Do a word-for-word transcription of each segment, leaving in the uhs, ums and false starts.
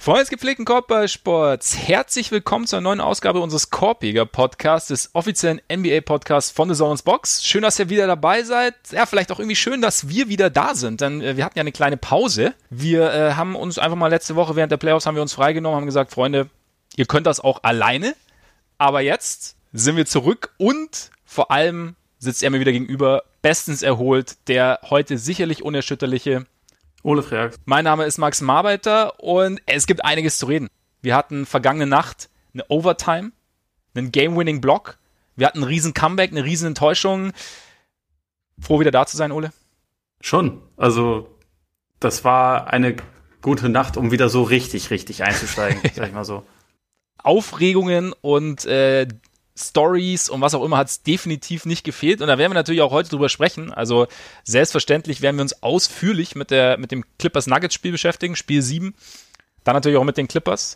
Freunde des gepflegten Korbballsports, herzlich willkommen zu einer neuen Ausgabe unseres Korbjäger-Podcasts, des offiziellen N B A-Podcasts von The Zones Box. Schön, dass ihr wieder dabei seid. Ja, vielleicht auch irgendwie schön, dass wir wieder da sind, denn äh, wir hatten ja eine kleine Pause. Wir äh, haben uns einfach mal letzte Woche während der Playoffs haben wir uns freigenommen, haben gesagt, Freunde, ihr könnt das auch alleine, aber jetzt sind wir zurück und vor allem sitzt er mir wieder gegenüber, bestens erholt, der heute sicherlich unerschütterliche Ole Freaks. Mein Name ist Max Marbeiter und es gibt einiges zu reden. Wir hatten vergangene Nacht eine Overtime, einen Game-Winning-Block. Wir hatten einen riesen Comeback, eine riesen Enttäuschung. Froh, wieder da zu sein, Ole? Schon. Also, das war eine gute Nacht, um wieder so richtig, richtig einzusteigen, sag ich mal so. Aufregungen und äh, Stories und was auch immer hat es definitiv nicht gefehlt. Und da werden wir natürlich auch heute drüber sprechen. Also selbstverständlich werden wir uns ausführlich mit, der, mit dem Clippers-Nuggets-Spiel beschäftigen, Spiel sieben. Dann natürlich auch mit den Clippers.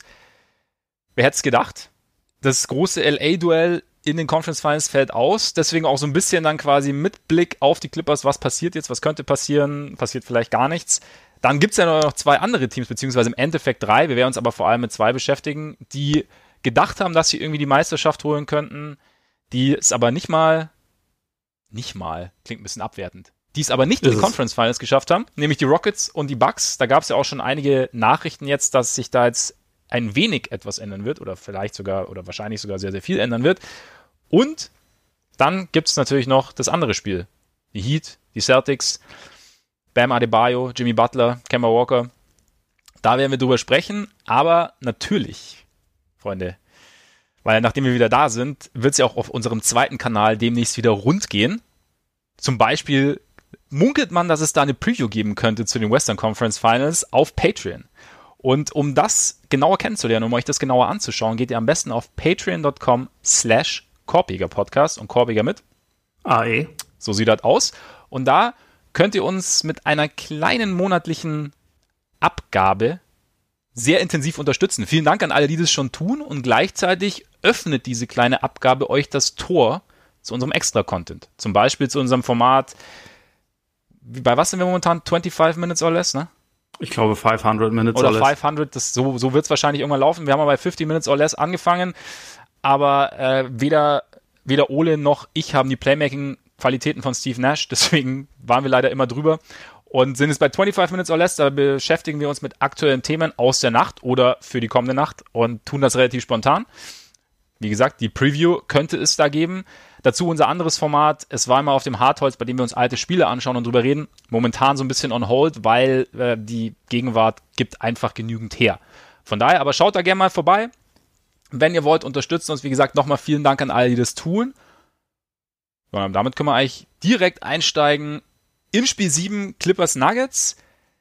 Wer hätte es gedacht? Das große L A-Duell in den Conference Finals fällt aus. Deswegen auch so ein bisschen dann quasi mit Blick auf die Clippers. Was passiert jetzt? Was könnte passieren? Passiert vielleicht gar nichts. Dann gibt es ja noch zwei andere Teams, beziehungsweise im Endeffekt drei. Wir werden uns aber vor allem mit zwei beschäftigen, die gedacht haben, dass sie irgendwie die Meisterschaft holen könnten, die es aber nicht mal, nicht mal, klingt ein bisschen abwertend, die es aber nicht in die Conference Finals geschafft haben, nämlich die Rockets und die Bucks. Da gab es ja auch schon einige Nachrichten jetzt, dass sich da jetzt ein wenig etwas ändern wird oder vielleicht sogar oder wahrscheinlich sogar sehr, sehr viel ändern wird. Und dann gibt es natürlich noch das andere Spiel. Die Heat, die Celtics, Bam Adebayo, Jimmy Butler, Kemba Walker. Da werden wir drüber sprechen, aber natürlich, Freunde, weil nachdem wir wieder da sind, wird es ja auch auf unserem zweiten Kanal demnächst wieder rund gehen. Zum Beispiel munkelt man, dass es da eine Preview geben könnte zu den Western Conference Finals auf Patreon. Und um das genauer kennenzulernen, um euch das genauer anzuschauen, geht ihr am besten auf patreon.com slash Korbjäger-Podcast und Korbjäger mit A E. So sieht das aus. Und da könnt ihr uns mit einer kleinen monatlichen Abgabe sehr intensiv unterstützen. Vielen Dank an alle, die das schon tun und gleichzeitig öffnet diese kleine Abgabe euch das Tor zu unserem Extra-Content. Zum Beispiel zu unserem Format, bei was sind wir momentan? fünfundzwanzig Minutes or less, ne? Ich glaube fünfhundert Minutes Oder or less. fünfhundert, das, so, so wird es wahrscheinlich irgendwann laufen. Wir haben mal bei fünfzig Minutes or less angefangen, aber äh, weder, weder Ole noch ich haben die Playmaking-Qualitäten von Steve Nash, deswegen waren wir leider immer drüber. Und sind es bei fünfundzwanzig Minutes or less, da beschäftigen wir uns mit aktuellen Themen aus der Nacht oder für die kommende Nacht und tun das relativ spontan. Wie gesagt, die Preview könnte es da geben. Dazu unser anderes Format, es war immer auf dem Hartholz, bei dem wir uns alte Spiele anschauen und drüber reden. Momentan so ein bisschen on hold, weil äh, die Gegenwart gibt einfach genügend her. Von daher, aber schaut da gerne mal vorbei. Wenn ihr wollt, unterstützt uns. Wie gesagt, nochmal vielen Dank an alle, die das tun. Und damit können wir eigentlich direkt einsteigen im Spiel sieben Clippers Nuggets.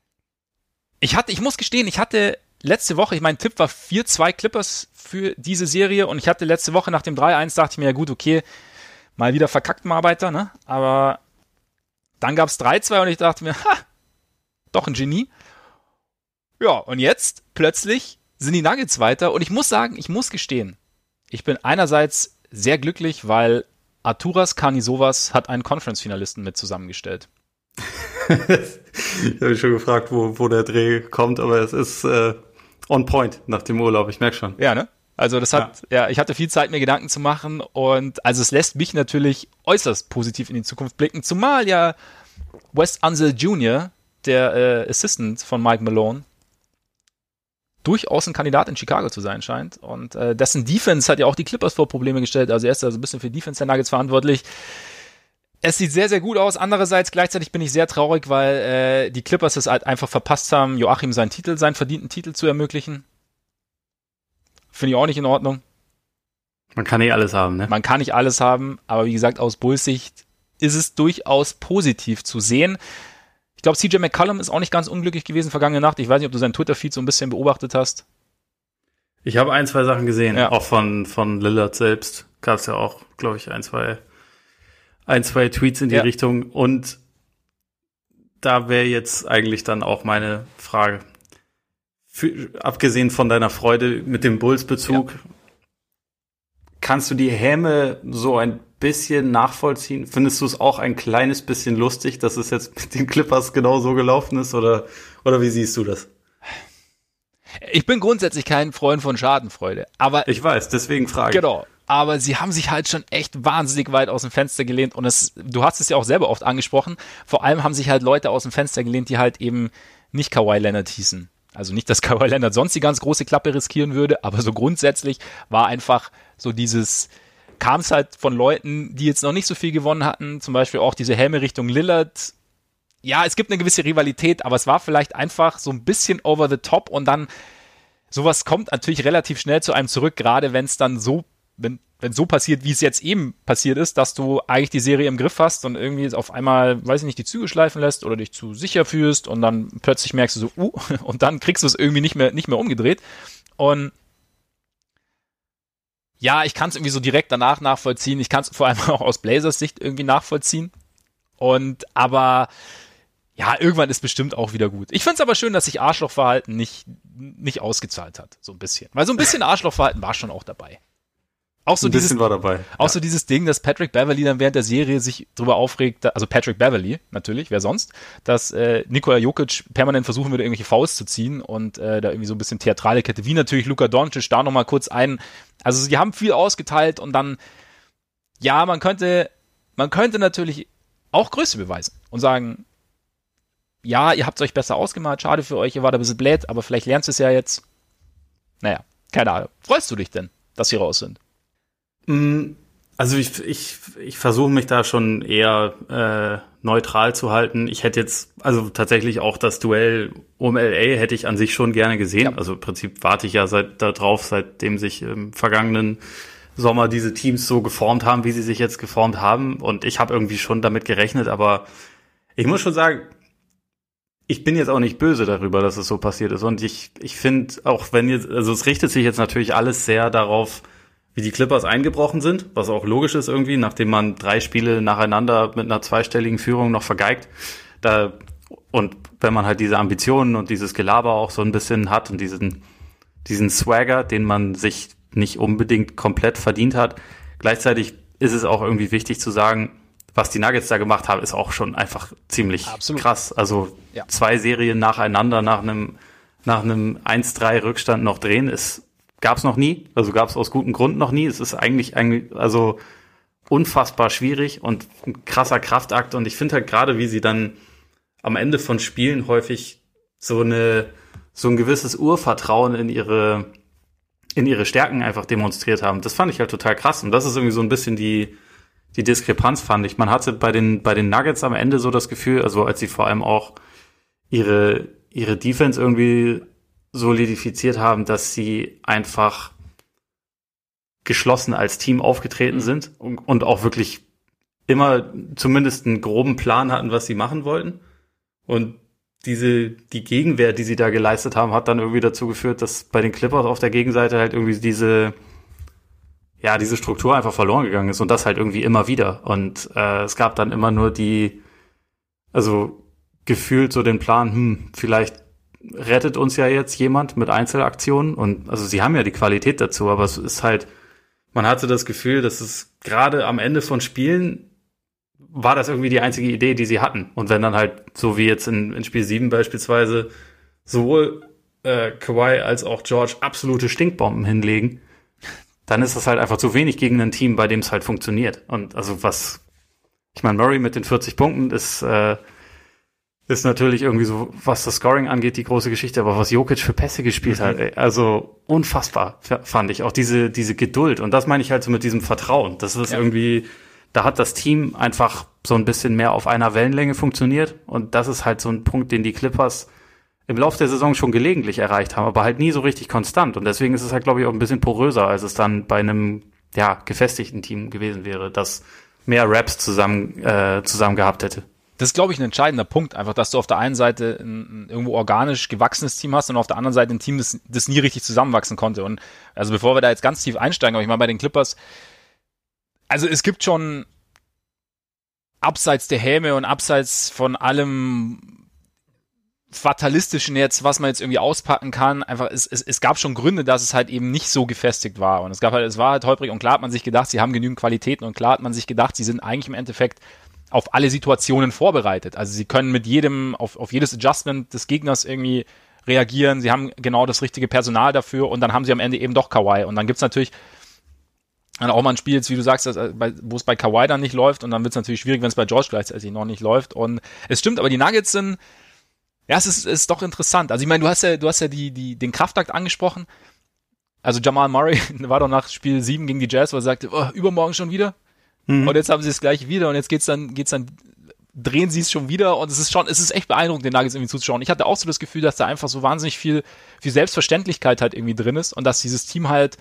Ich hatte, ich muss gestehen, ich hatte letzte Woche, ich mein Tipp war vier zwei Clippers für diese Serie und ich hatte letzte Woche nach dem drei eins, dachte ich mir, ja gut, okay, mal wieder verkackt Arbeiter, ne? Aber dann gab es drei zwei und ich dachte mir, ha, doch ein Genie. Ja, und jetzt plötzlich sind die Nuggets weiter und ich muss sagen, ich muss gestehen, ich bin einerseits sehr glücklich, weil Arturas Karnisovas hat einen Conference-Finalisten mit zusammengestellt. Ich habe mich schon gefragt, wo, wo der Dreh kommt, aber es ist äh, on point nach dem Urlaub, ich merke schon. Ja, ne? Also das hat, ja. ja, ich hatte viel Zeit, mir Gedanken zu machen und also es lässt mich natürlich äußerst positiv in die Zukunft blicken, zumal ja Wes Unseld Junior, der äh, Assistant von Mike Malone, durchaus ein Kandidat in Chicago zu sein scheint und äh, dessen Defense hat ja auch die Clippers vor Probleme gestellt, also er ist also ein bisschen für Defense der Nuggets verantwortlich. Es sieht sehr, sehr gut aus. Andererseits gleichzeitig bin ich sehr traurig, weil äh, die Clippers es halt einfach verpasst haben, Joachim seinen Titel, seinen verdienten Titel zu ermöglichen. Finde ich auch nicht in Ordnung. Man kann nicht alles haben, ne? Man kann nicht alles haben, aber wie gesagt, aus Bulls Sicht ist es durchaus positiv zu sehen. Ich glaube, C J McCollum ist auch nicht ganz unglücklich gewesen vergangene Nacht. Ich weiß nicht, ob du seinen Twitter-Feed so ein bisschen beobachtet hast. Ich habe ein, zwei Sachen gesehen, ja. Auch von, von Lillard selbst. Gab es ja auch, glaube ich, ein, zwei ein, zwei Tweets in die ja. Richtung. Und da wäre jetzt eigentlich dann auch meine Frage. Für, abgesehen von deiner Freude mit dem Bulls-Bezug, ja. Kannst du die Häme so ein bisschen nachvollziehen? Findest du es auch ein kleines bisschen lustig, dass es jetzt mit den Clippers genau so gelaufen ist? Oder, oder wie siehst du das? Ich bin grundsätzlich kein Freund von Schadenfreude, aber ich weiß, deswegen frage ich. Genau. Aber sie haben sich halt schon echt wahnsinnig weit aus dem Fenster gelehnt und es, du hast es ja auch selber oft angesprochen, vor allem haben sich halt Leute aus dem Fenster gelehnt, die halt eben nicht Kawhi Leonard hießen. Also nicht, dass Kawhi Leonard sonst die ganz große Klappe riskieren würde, aber so grundsätzlich war einfach so dieses, kam es halt von Leuten, die jetzt noch nicht so viel gewonnen hatten, zum Beispiel auch diese Helme Richtung Lillard. Ja, es gibt eine gewisse Rivalität, aber es war vielleicht einfach so ein bisschen over the top und dann sowas kommt natürlich relativ schnell zu einem zurück, gerade wenn es dann so wenn wenn so passiert, wie es jetzt eben passiert ist, dass du eigentlich die Serie im Griff hast und irgendwie auf einmal, weiß ich nicht, die Züge schleifen lässt oder dich zu sicher fühlst und dann plötzlich merkst du so, uh, und dann kriegst du es irgendwie nicht mehr nicht mehr umgedreht. Und ja, ich kann es irgendwie so direkt danach nachvollziehen. Ich kann es vor allem auch aus Blazers Sicht irgendwie nachvollziehen. Und aber ja, irgendwann ist bestimmt auch wieder gut. Ich finde es aber schön, dass sich Arschlochverhalten nicht nicht ausgezahlt hat, so ein bisschen. Weil so ein bisschen Arschlochverhalten war schon auch dabei. Auch so ein bisschen dieses, war dabei. Auch ja. so dieses Ding, dass Patrick Beverley dann während der Serie sich drüber aufregt, also Patrick Beverley natürlich, wer sonst, dass äh, Nikola Jokic permanent versuchen würde, irgendwelche Fouls zu ziehen und äh, da irgendwie so ein bisschen theatrale Kette, wie natürlich Luka Doncic da nochmal kurz ein, also sie haben viel ausgeteilt und dann, ja, man könnte, man könnte natürlich auch Größe beweisen und sagen, ja, ihr habt es euch besser ausgemalt, schade für euch, ihr wart ein bisschen blöd, aber vielleicht lernst du es ja jetzt. Naja, keine Ahnung. Freust du dich denn, dass sie raus sind? Also ich, ich, ich versuche mich da schon eher äh, neutral zu halten. Ich hätte jetzt, also tatsächlich auch das Duell um L A hätte ich an sich schon gerne gesehen. Ja. Also im Prinzip warte ich ja seit darauf, seitdem sich im vergangenen Sommer diese Teams so geformt haben, wie sie sich jetzt geformt haben. Und ich habe irgendwie schon damit gerechnet, aber ich muss schon sagen, ich bin jetzt auch nicht böse darüber, dass es so passiert ist. Und ich, ich finde, auch wenn jetzt, also es richtet sich jetzt natürlich alles sehr darauf, wie die Clippers eingebrochen sind, was auch logisch ist irgendwie, nachdem man drei Spiele nacheinander mit einer zweistelligen Führung noch vergeigt. Da, und wenn man halt diese Ambitionen und dieses Gelaber auch so ein bisschen hat und diesen, diesen Swagger, den man sich nicht unbedingt komplett verdient hat. Gleichzeitig ist es auch irgendwie wichtig zu sagen, was die Nuggets da gemacht haben, ist auch schon einfach ziemlich Absolut. krass. Also ja. zwei Serien nacheinander nach einem, nach einem eins drei Rückstand noch drehen, ist gab's noch nie, also gab's aus gutem Grund noch nie. Es ist eigentlich, eigentlich also unfassbar schwierig und ein krasser Kraftakt. Und ich finde halt gerade, wie sie dann am Ende von Spielen häufig so eine so ein gewisses Urvertrauen in ihre in ihre Stärken einfach demonstriert haben. Das fand ich halt total krass. Und das ist irgendwie so ein bisschen die die Diskrepanz, fand ich. Man hatte bei den bei den Nuggets am Ende so das Gefühl, also als sie vor allem auch ihre ihre Defense irgendwie solidifiziert haben, dass sie einfach geschlossen als Team aufgetreten mhm. sind und, und auch wirklich immer zumindest einen groben Plan hatten, was sie machen wollten. Und diese, die Gegenwehr, die sie da geleistet haben, hat dann irgendwie dazu geführt, dass bei den Clippers auf der Gegenseite halt irgendwie diese, ja, diese Struktur einfach verloren gegangen ist und das halt irgendwie immer wieder. Und äh, es gab dann immer nur die, also gefühlt so den Plan, hm, vielleicht rettet uns ja jetzt jemand mit Einzelaktionen und also sie haben ja die Qualität dazu, aber es ist halt, man hatte das Gefühl, dass es gerade am Ende von Spielen war das irgendwie die einzige Idee, die sie hatten. Und wenn dann halt, so wie jetzt in, in Spiel sieben beispielsweise, sowohl äh, Kawhi als auch George absolute Stinkbomben hinlegen, dann ist das halt einfach zu wenig gegen ein Team, bei dem es halt funktioniert. Und also was, ich meine, Murray mit den vierzig Punkten ist äh, ist natürlich irgendwie so, was das Scoring angeht, die große Geschichte, aber was Jokic für Pässe gespielt mhm. hat, ey, also unfassbar, fand ich. Auch diese diese Geduld. Und das meine ich halt so mit diesem Vertrauen. Das ist ja. irgendwie, da hat das Team einfach so ein bisschen mehr auf einer Wellenlänge funktioniert. Und das ist halt so ein Punkt, den die Clippers im Laufe der Saison schon gelegentlich erreicht haben, aber halt nie so richtig konstant. Und deswegen ist es halt, glaube ich, auch ein bisschen poröser, als es dann bei einem ja gefestigten Team gewesen wäre, das mehr Raps zusammen äh, zusammen gehabt hätte. Das ist, glaube ich, ein entscheidender Punkt, einfach, dass du auf der einen Seite ein, ein irgendwo organisch gewachsenes Team hast und auf der anderen Seite ein Team, das, das nie richtig zusammenwachsen konnte. Und also bevor wir da jetzt ganz tief einsteigen, aber ich meine bei den Clippers, also es gibt schon abseits der Häme und abseits von allem Fatalistischen jetzt, was man jetzt irgendwie auspacken kann, einfach, es, es, es gab schon Gründe, dass es halt eben nicht so gefestigt war. Und es gab halt, es war halt holprig und klar hat man sich gedacht, sie haben genügend Qualitäten und klar hat man sich gedacht, sie sind eigentlich im Endeffekt auf alle Situationen vorbereitet. Also sie können mit jedem, auf, auf jedes Adjustment des Gegners irgendwie reagieren, sie haben genau das richtige Personal dafür und dann haben sie am Ende eben doch Kawhi. Und dann gibt's natürlich dann auch mal ein Spiel, jetzt, wie du sagst, wo es bei Kawhi dann nicht läuft und dann wird's natürlich schwierig, wenn es bei George gleichzeitig noch nicht läuft. Und es stimmt, aber die Nuggets sind, ja, es ist, ist doch interessant. Also ich meine, du hast ja, du hast ja die, die, den Kraftakt angesprochen. Also Jamal Murray war doch nach Spiel sieben gegen die Jazz, wo er sagte, oh, übermorgen schon wieder. Mhm. Und jetzt haben sie es gleich wieder und jetzt geht's dann, geht's dann, drehen sie es schon wieder und es ist schon, es ist echt beeindruckend, den Nuggets irgendwie zuzuschauen. Ich hatte auch so das Gefühl, dass da einfach so wahnsinnig viel, viel Selbstverständlichkeit halt irgendwie drin ist und dass dieses Team halt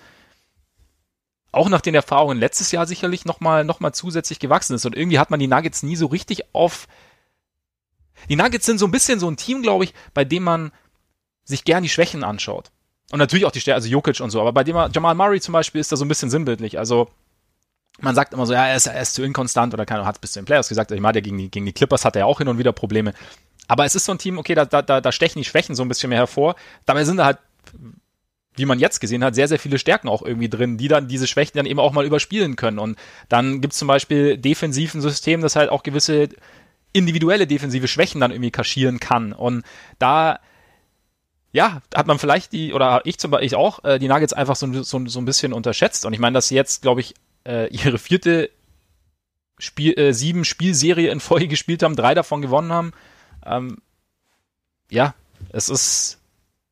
auch nach den Erfahrungen letztes Jahr sicherlich nochmal, noch mal zusätzlich gewachsen ist und irgendwie hat man die Nuggets nie so richtig auf, die Nuggets sind so ein bisschen so ein Team, glaube ich, bei dem man sich gern die Schwächen anschaut. Und natürlich auch die Stärke, also Jokic und so, aber bei dem Jamal Murray zum Beispiel ist da so ein bisschen sinnbildlich. Also man sagt immer so, ja, er ist, er ist zu inkonstant oder keine, hat es bis zu den Playoffs gesagt. Ich meine, gegen die, gegen die Clippers hat er ja auch hin und wieder Probleme. Aber es ist so ein Team, okay, da, da, da stechen die Schwächen so ein bisschen mehr hervor. Dabei sind da halt, wie man jetzt gesehen hat, sehr, sehr viele Stärken auch irgendwie drin, die dann diese Schwächen dann eben auch mal überspielen können. Und dann gibt's zum Beispiel defensiv ein System, das halt auch gewisse individuelle defensive Schwächen dann irgendwie kaschieren kann. Und da ja, hat man vielleicht die, oder ich zum Beispiel ich auch, äh, die Nuggets einfach so, so, so ein bisschen unterschätzt. Und ich meine, dass sie jetzt, glaube ich, äh, ihre vierte Spiel, äh, sieben Spielserie in Folge gespielt haben, drei davon gewonnen haben. Ähm, ja, es ist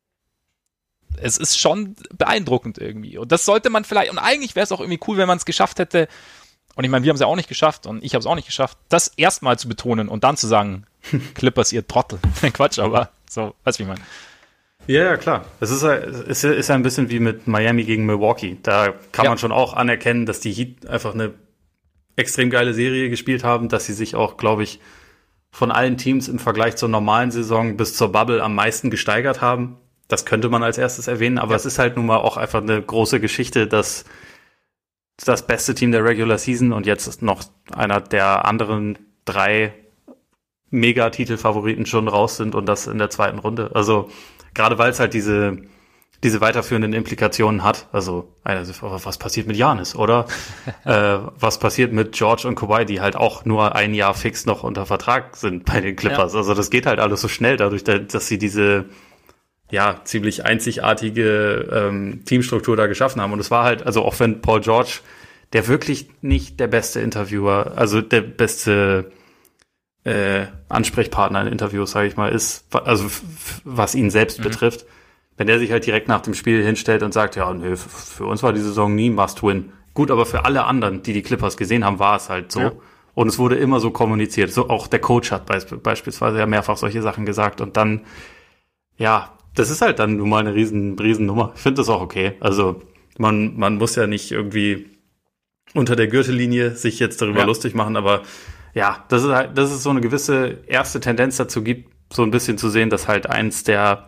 es ist schon beeindruckend irgendwie. Und das sollte man vielleicht, und eigentlich wäre es auch irgendwie cool, wenn man es geschafft hätte, und ich meine, wir haben es ja auch nicht geschafft und ich habe es auch nicht geschafft, das erstmal zu betonen und dann zu sagen, Clippers, ihr Trottel. Quatsch, aber so, weißt du, wie ich meine. Ja, ja, klar. Es ist, es ist ein bisschen wie mit Miami gegen Milwaukee. Da kann ja. man schon auch anerkennen, dass die Heat einfach eine extrem geile Serie gespielt haben, dass sie sich auch, glaube ich, von allen Teams im Vergleich zur normalen Saison bis zur Bubble am meisten gesteigert haben. Das könnte man als erstes erwähnen, aber ja. es ist halt nun mal auch einfach eine große Geschichte, dass das beste Team der Regular Season und jetzt ist noch einer der anderen drei Megatitelfavoriten schon raus sind und das in der zweiten Runde. Also gerade weil es halt diese diese weiterführenden Implikationen hat. Also was passiert mit Giannis, oder? äh, was passiert mit George und Kawhi, die halt auch nur ein Jahr fix noch unter Vertrag sind bei den Clippers. Ja. Also das geht halt alles so schnell dadurch, dass sie diese ja ziemlich einzigartige ähm, Teamstruktur da geschaffen haben. Und es war halt, also auch wenn Paul George, der wirklich nicht der beste Interviewer, also der beste äh, Ansprechpartner in Interviews, sage ich mal, ist, also f- f- was ihn selbst mhm. betrifft, wenn der sich halt direkt nach dem Spiel hinstellt und sagt, ja, nö, für uns war die Saison nie Must-Win. Gut, aber für alle anderen, die die Clippers gesehen haben, war es halt so. Ja. Und es wurde immer so kommuniziert. So auch der Coach hat beisp- beispielsweise ja mehrfach solche Sachen gesagt. Und dann, ja, das ist halt dann nun mal eine riesen, riesen Nummer. Ich finde das auch okay. Also man, man muss ja nicht irgendwie unter der Gürtellinie sich jetzt darüber ja. lustig machen, aber ja, das ist halt, dass es so eine gewisse erste Tendenz dazu gibt, so ein bisschen zu sehen, dass halt eins der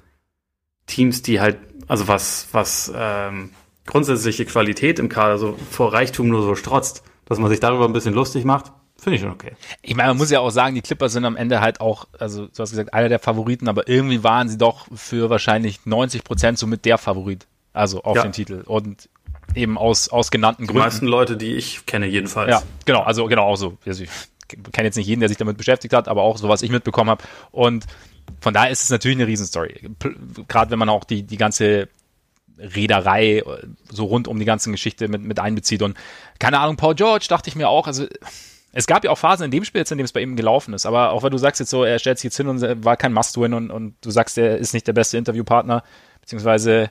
Teams, die halt, also was, was ähm, grundsätzliche Qualität im Kader so vor Reichtum nur so strotzt, dass man sich darüber ein bisschen lustig macht, finde ich schon okay. Ich meine, man muss ja auch sagen, die Clippers sind am Ende halt auch, also du hast gesagt, einer der Favoriten, aber irgendwie waren sie doch für wahrscheinlich neunzig Prozent somit der Favorit, also auf ja. den Titel und eben aus, aus genannten Gründen. Die meisten Leute, die ich kenne jedenfalls. Ja, genau, also genau auch so. Also ich kenne jetzt nicht jeden, der sich damit beschäftigt hat, aber auch so, was ich mitbekommen habe. Und von daher ist es natürlich eine Riesenstory. Gerade wenn man auch die, die ganze Reederei so rund um die ganze Geschichte mit, mit einbezieht. Und keine Ahnung, Paul George dachte ich mir auch, also es gab ja auch Phasen in dem Spiel jetzt, in dem es bei ihm gelaufen ist. Aber auch weil du sagst jetzt so, er stellt sich jetzt hin und war kein Must-Win und, und du sagst, er ist nicht der beste Interviewpartner, beziehungsweise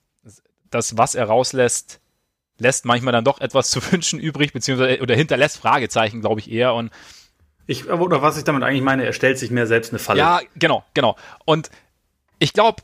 das, was er rauslässt, lässt manchmal dann doch etwas zu wünschen übrig, beziehungsweise oder hinterlässt Fragezeichen, glaube ich, eher. Und ich, oder was ich damit eigentlich meine, er stellt sich mehr selbst eine Falle. Ja, genau, genau. Und ich glaube,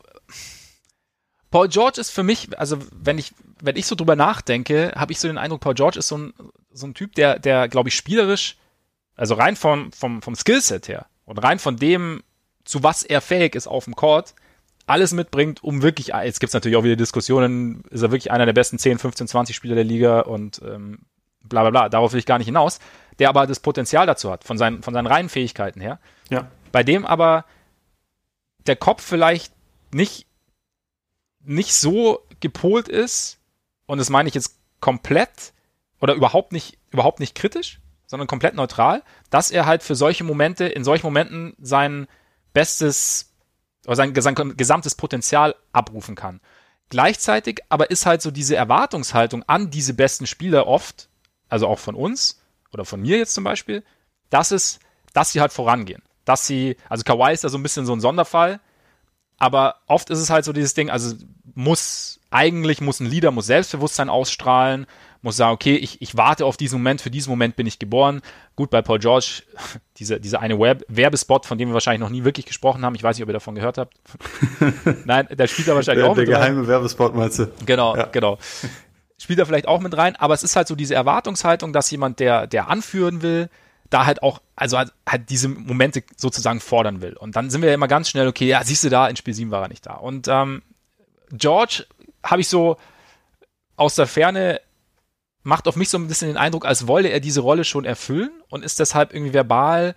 Paul George ist für mich, also wenn ich, wenn ich so drüber nachdenke, habe ich so den Eindruck, Paul George ist so ein, so ein Typ, der, der, glaube ich, spielerisch, also rein vom, vom, vom Skillset her und rein von dem, zu was er fähig ist auf dem Court, alles mitbringt, um wirklich, jetzt gibt es natürlich auch wieder Diskussionen, ist er wirklich einer der besten zehn, fünfzehn, zwanzig Spieler der Liga und ähm, bla bla bla, darauf will ich gar nicht hinaus, der aber das Potenzial dazu hat, von seinen, von seinen reinen Fähigkeiten her. Ja. Bei dem aber der Kopf vielleicht nicht, nicht so gepolt ist, und das meine ich jetzt komplett oder überhaupt nicht, überhaupt nicht kritisch, sondern komplett neutral, dass er halt für solche Momente, in solchen Momenten sein bestes oder sein, sein gesamtes Potenzial abrufen kann. Gleichzeitig aber ist halt so diese Erwartungshaltung an diese besten Spieler oft, also auch von uns oder von mir jetzt zum Beispiel, dass es, dass sie halt vorangehen. Dass sie, also Kawhi ist da so ein bisschen so ein Sonderfall, aber oft ist es halt so dieses Ding, also muss, eigentlich muss ein Leader, muss Selbstbewusstsein ausstrahlen, muss sagen, okay, ich, ich warte auf diesen Moment, für diesen Moment bin ich geboren. Gut, bei Paul George, diese, diese eine Werb- Werbespot, von dem wir wahrscheinlich noch nie wirklich gesprochen haben, ich weiß nicht, ob ihr davon gehört habt. Nein, der spielt da wahrscheinlich der, auch mit der rein. Der geheime Werbespot meinst du? Genau, ja. genau. Spielt da vielleicht auch mit rein, aber es ist halt so diese Erwartungshaltung, dass jemand, der, der anführen will, da halt auch, also halt, halt diese Momente sozusagen fordern will. Und dann sind wir ja immer ganz schnell, okay, ja, siehst du da, in Spiel sieben war er nicht da. Und ähm, George habe ich so aus der Ferne, macht auf mich so ein bisschen den Eindruck, als wolle er diese Rolle schon erfüllen und ist deshalb irgendwie verbal,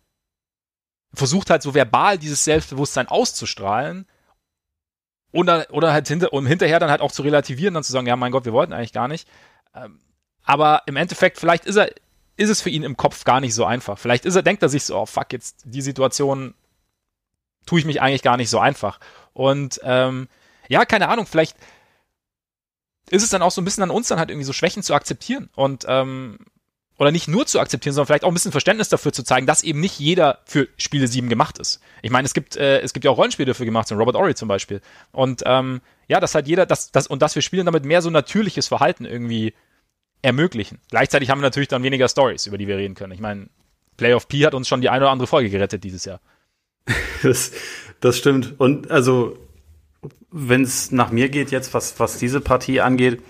versucht halt so verbal dieses Selbstbewusstsein auszustrahlen oder, oder halt hinter, um hinterher dann halt auch zu relativieren, dann zu sagen, ja, mein Gott, wir wollten eigentlich gar nicht. Ähm, aber im Endeffekt, vielleicht ist er, ist es für ihn im Kopf gar nicht so einfach. Vielleicht ist er, denkt er sich so, oh fuck, jetzt die Situation tue ich mich eigentlich gar nicht so einfach. Und ähm, ja, keine Ahnung, vielleicht ist es dann auch so ein bisschen an uns, dann halt irgendwie so Schwächen zu akzeptieren und ähm, oder nicht nur zu akzeptieren, sondern vielleicht auch ein bisschen Verständnis dafür zu zeigen, dass eben nicht jeder für Spiele sieben gemacht ist. Ich meine, es gibt äh, es gibt ja auch Rollenspiele dafür gemacht, so Robert Ory zum Beispiel. Und ähm, ja, dass halt jeder, das, das, und dass wir Spielen damit mehr so natürliches Verhalten irgendwie ermöglichen. Gleichzeitig haben wir natürlich dann weniger Stories, über die wir reden können. Ich meine, Play of P hat uns schon die eine oder andere Folge gerettet dieses Jahr. Das, das stimmt. Und also, wenn es nach mir geht jetzt, was, was diese Partie angeht,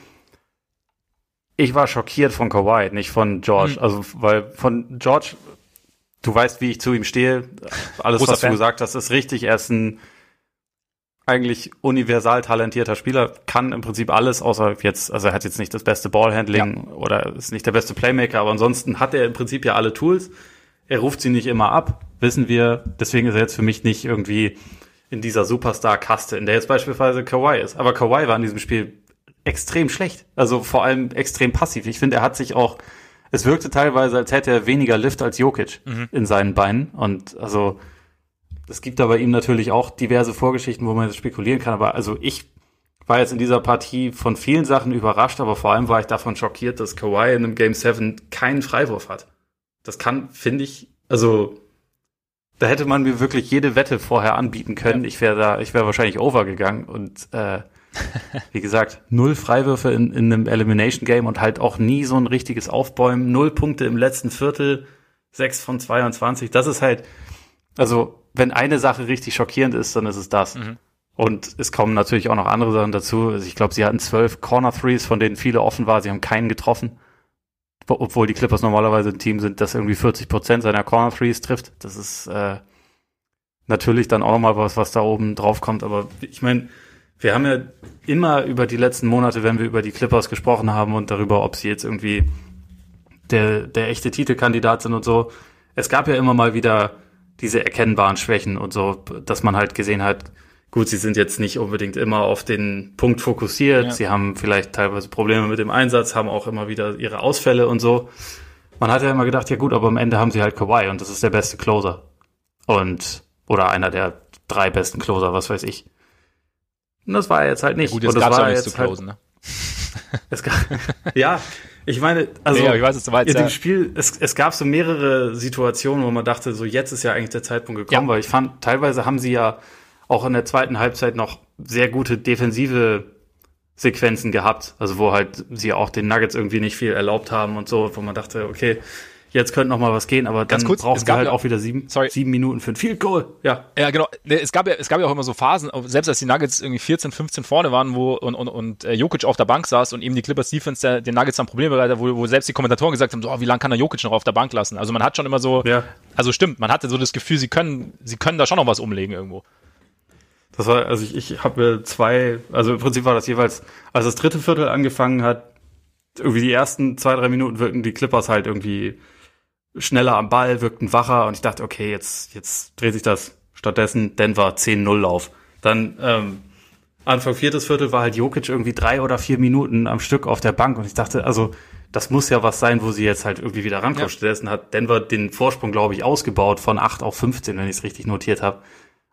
ich war schockiert von Kawhi, nicht von George. Mhm. Also, weil von George, du weißt, wie ich zu ihm stehe. Alles, Großer was Fan. Du gesagt hast, ist richtig. Er ist ein eigentlich universal talentierter Spieler, kann im Prinzip alles, außer jetzt, also er hat jetzt nicht das beste Ballhandling ja. oder ist nicht der beste Playmaker, aber ansonsten hat er im Prinzip ja alle Tools. Er ruft sie nicht immer ab, wissen wir. Deswegen ist er jetzt für mich nicht irgendwie in dieser Superstar-Kaste, in der jetzt beispielsweise Kawhi ist. Aber Kawhi war in diesem Spiel extrem schlecht. Also vor allem extrem passiv. Ich finde, er hat sich auch, es wirkte teilweise, als hätte er weniger Lift als Jokic mhm. in seinen Beinen. Und also es gibt da bei ihm natürlich auch diverse Vorgeschichten, wo man das spekulieren kann. Aber also ich war jetzt in dieser Partie von vielen Sachen überrascht, aber vor allem war ich davon schockiert, dass Kawhi in einem Game sieben keinen Freiwurf hat. Das kann, finde ich, also da hätte man mir wirklich jede Wette vorher anbieten können. Ja. Ich wäre da, ich wäre wahrscheinlich overgegangen und äh, wie gesagt, null Freiwürfe in, in einem Elimination Game und halt auch nie so ein richtiges Aufbäumen. Null Punkte im letzten Viertel, sechs von zweiundzwanzig. Das ist halt, also wenn eine Sache richtig schockierend ist, dann ist es das. Mhm. Und es kommen natürlich auch noch andere Sachen dazu. Also ich glaube, sie hatten zwölf Corner Threes, von denen viele offen waren. Sie haben keinen getroffen. Obwohl die Clippers normalerweise ein Team sind, das irgendwie vierzig Prozent seiner Corner Threes trifft. Das ist äh, natürlich dann auch nochmal was, was da oben drauf kommt. Aber ich meine, wir haben ja immer über die letzten Monate, wenn wir über die Clippers gesprochen haben und darüber, ob sie jetzt irgendwie der, der echte Titelkandidat sind und so. Es gab ja immer mal wieder diese erkennbaren Schwächen und so, dass man halt gesehen hat, gut, sie sind jetzt nicht unbedingt immer auf den Punkt fokussiert, ja. Sie haben vielleicht teilweise Probleme mit dem Einsatz, haben auch immer wieder ihre Ausfälle und so. Man hat ja immer gedacht, ja gut, aber am Ende haben sie halt Kawhi und das ist der beste Closer. Und, oder einer der drei besten Closer, was weiß ich. Und das war er jetzt halt nicht. Ja gut, jetzt und das gab's war auch jetzt nichts zu closen, halt, ne? Es gab, ja, ich meine, also ja, ich weiß, du meinst, in dem ja. Spiel, es, es gab so mehrere Situationen, wo man dachte, so jetzt ist ja eigentlich der Zeitpunkt gekommen, ja. Weil ich fand, teilweise haben sie ja auch in der zweiten Halbzeit noch sehr gute defensive Sequenzen gehabt, also wo halt sie auch den Nuggets irgendwie nicht viel erlaubt haben und so, wo man dachte, okay, jetzt könnte noch mal was gehen, aber dann kurz, brauchen sie halt ja auch wieder sieben, sieben Minuten für ein Field Goal. Ja, ja genau. Es gab ja, es gab ja auch immer so Phasen, selbst als die Nuggets irgendwie vierzehn, fünfzehn vorne waren, wo und, und, und äh, Jokic auf der Bank saß und eben die Clippers Defense der, den Nuggets dann Probleme bereitet hat, wo, wo selbst die Kommentatoren gesagt haben, so, oh, wie lange kann der Jokic noch auf der Bank lassen? Also man hat schon immer so, ja. also stimmt, man hatte so das Gefühl, sie können, sie können da schon noch was umlegen irgendwo. Das war, also ich, ich habe zwei, also im Prinzip war das jeweils, als das dritte Viertel angefangen hat, irgendwie die ersten zwei, drei Minuten wirkten die Clippers halt irgendwie schneller am Ball, wirkten wacher und ich dachte, okay, jetzt, jetzt dreht sich das. Stattdessen Denver zehn null Lauf. Dann ähm, Anfang viertes Viertel war halt Jokic irgendwie drei oder vier Minuten am Stück auf der Bank und ich dachte, also das muss ja was sein, wo sie jetzt halt irgendwie wieder rankommen. Ja. Stattdessen hat Denver den Vorsprung, glaube ich, ausgebaut von acht auf fünfzehn, wenn ich es richtig notiert habe.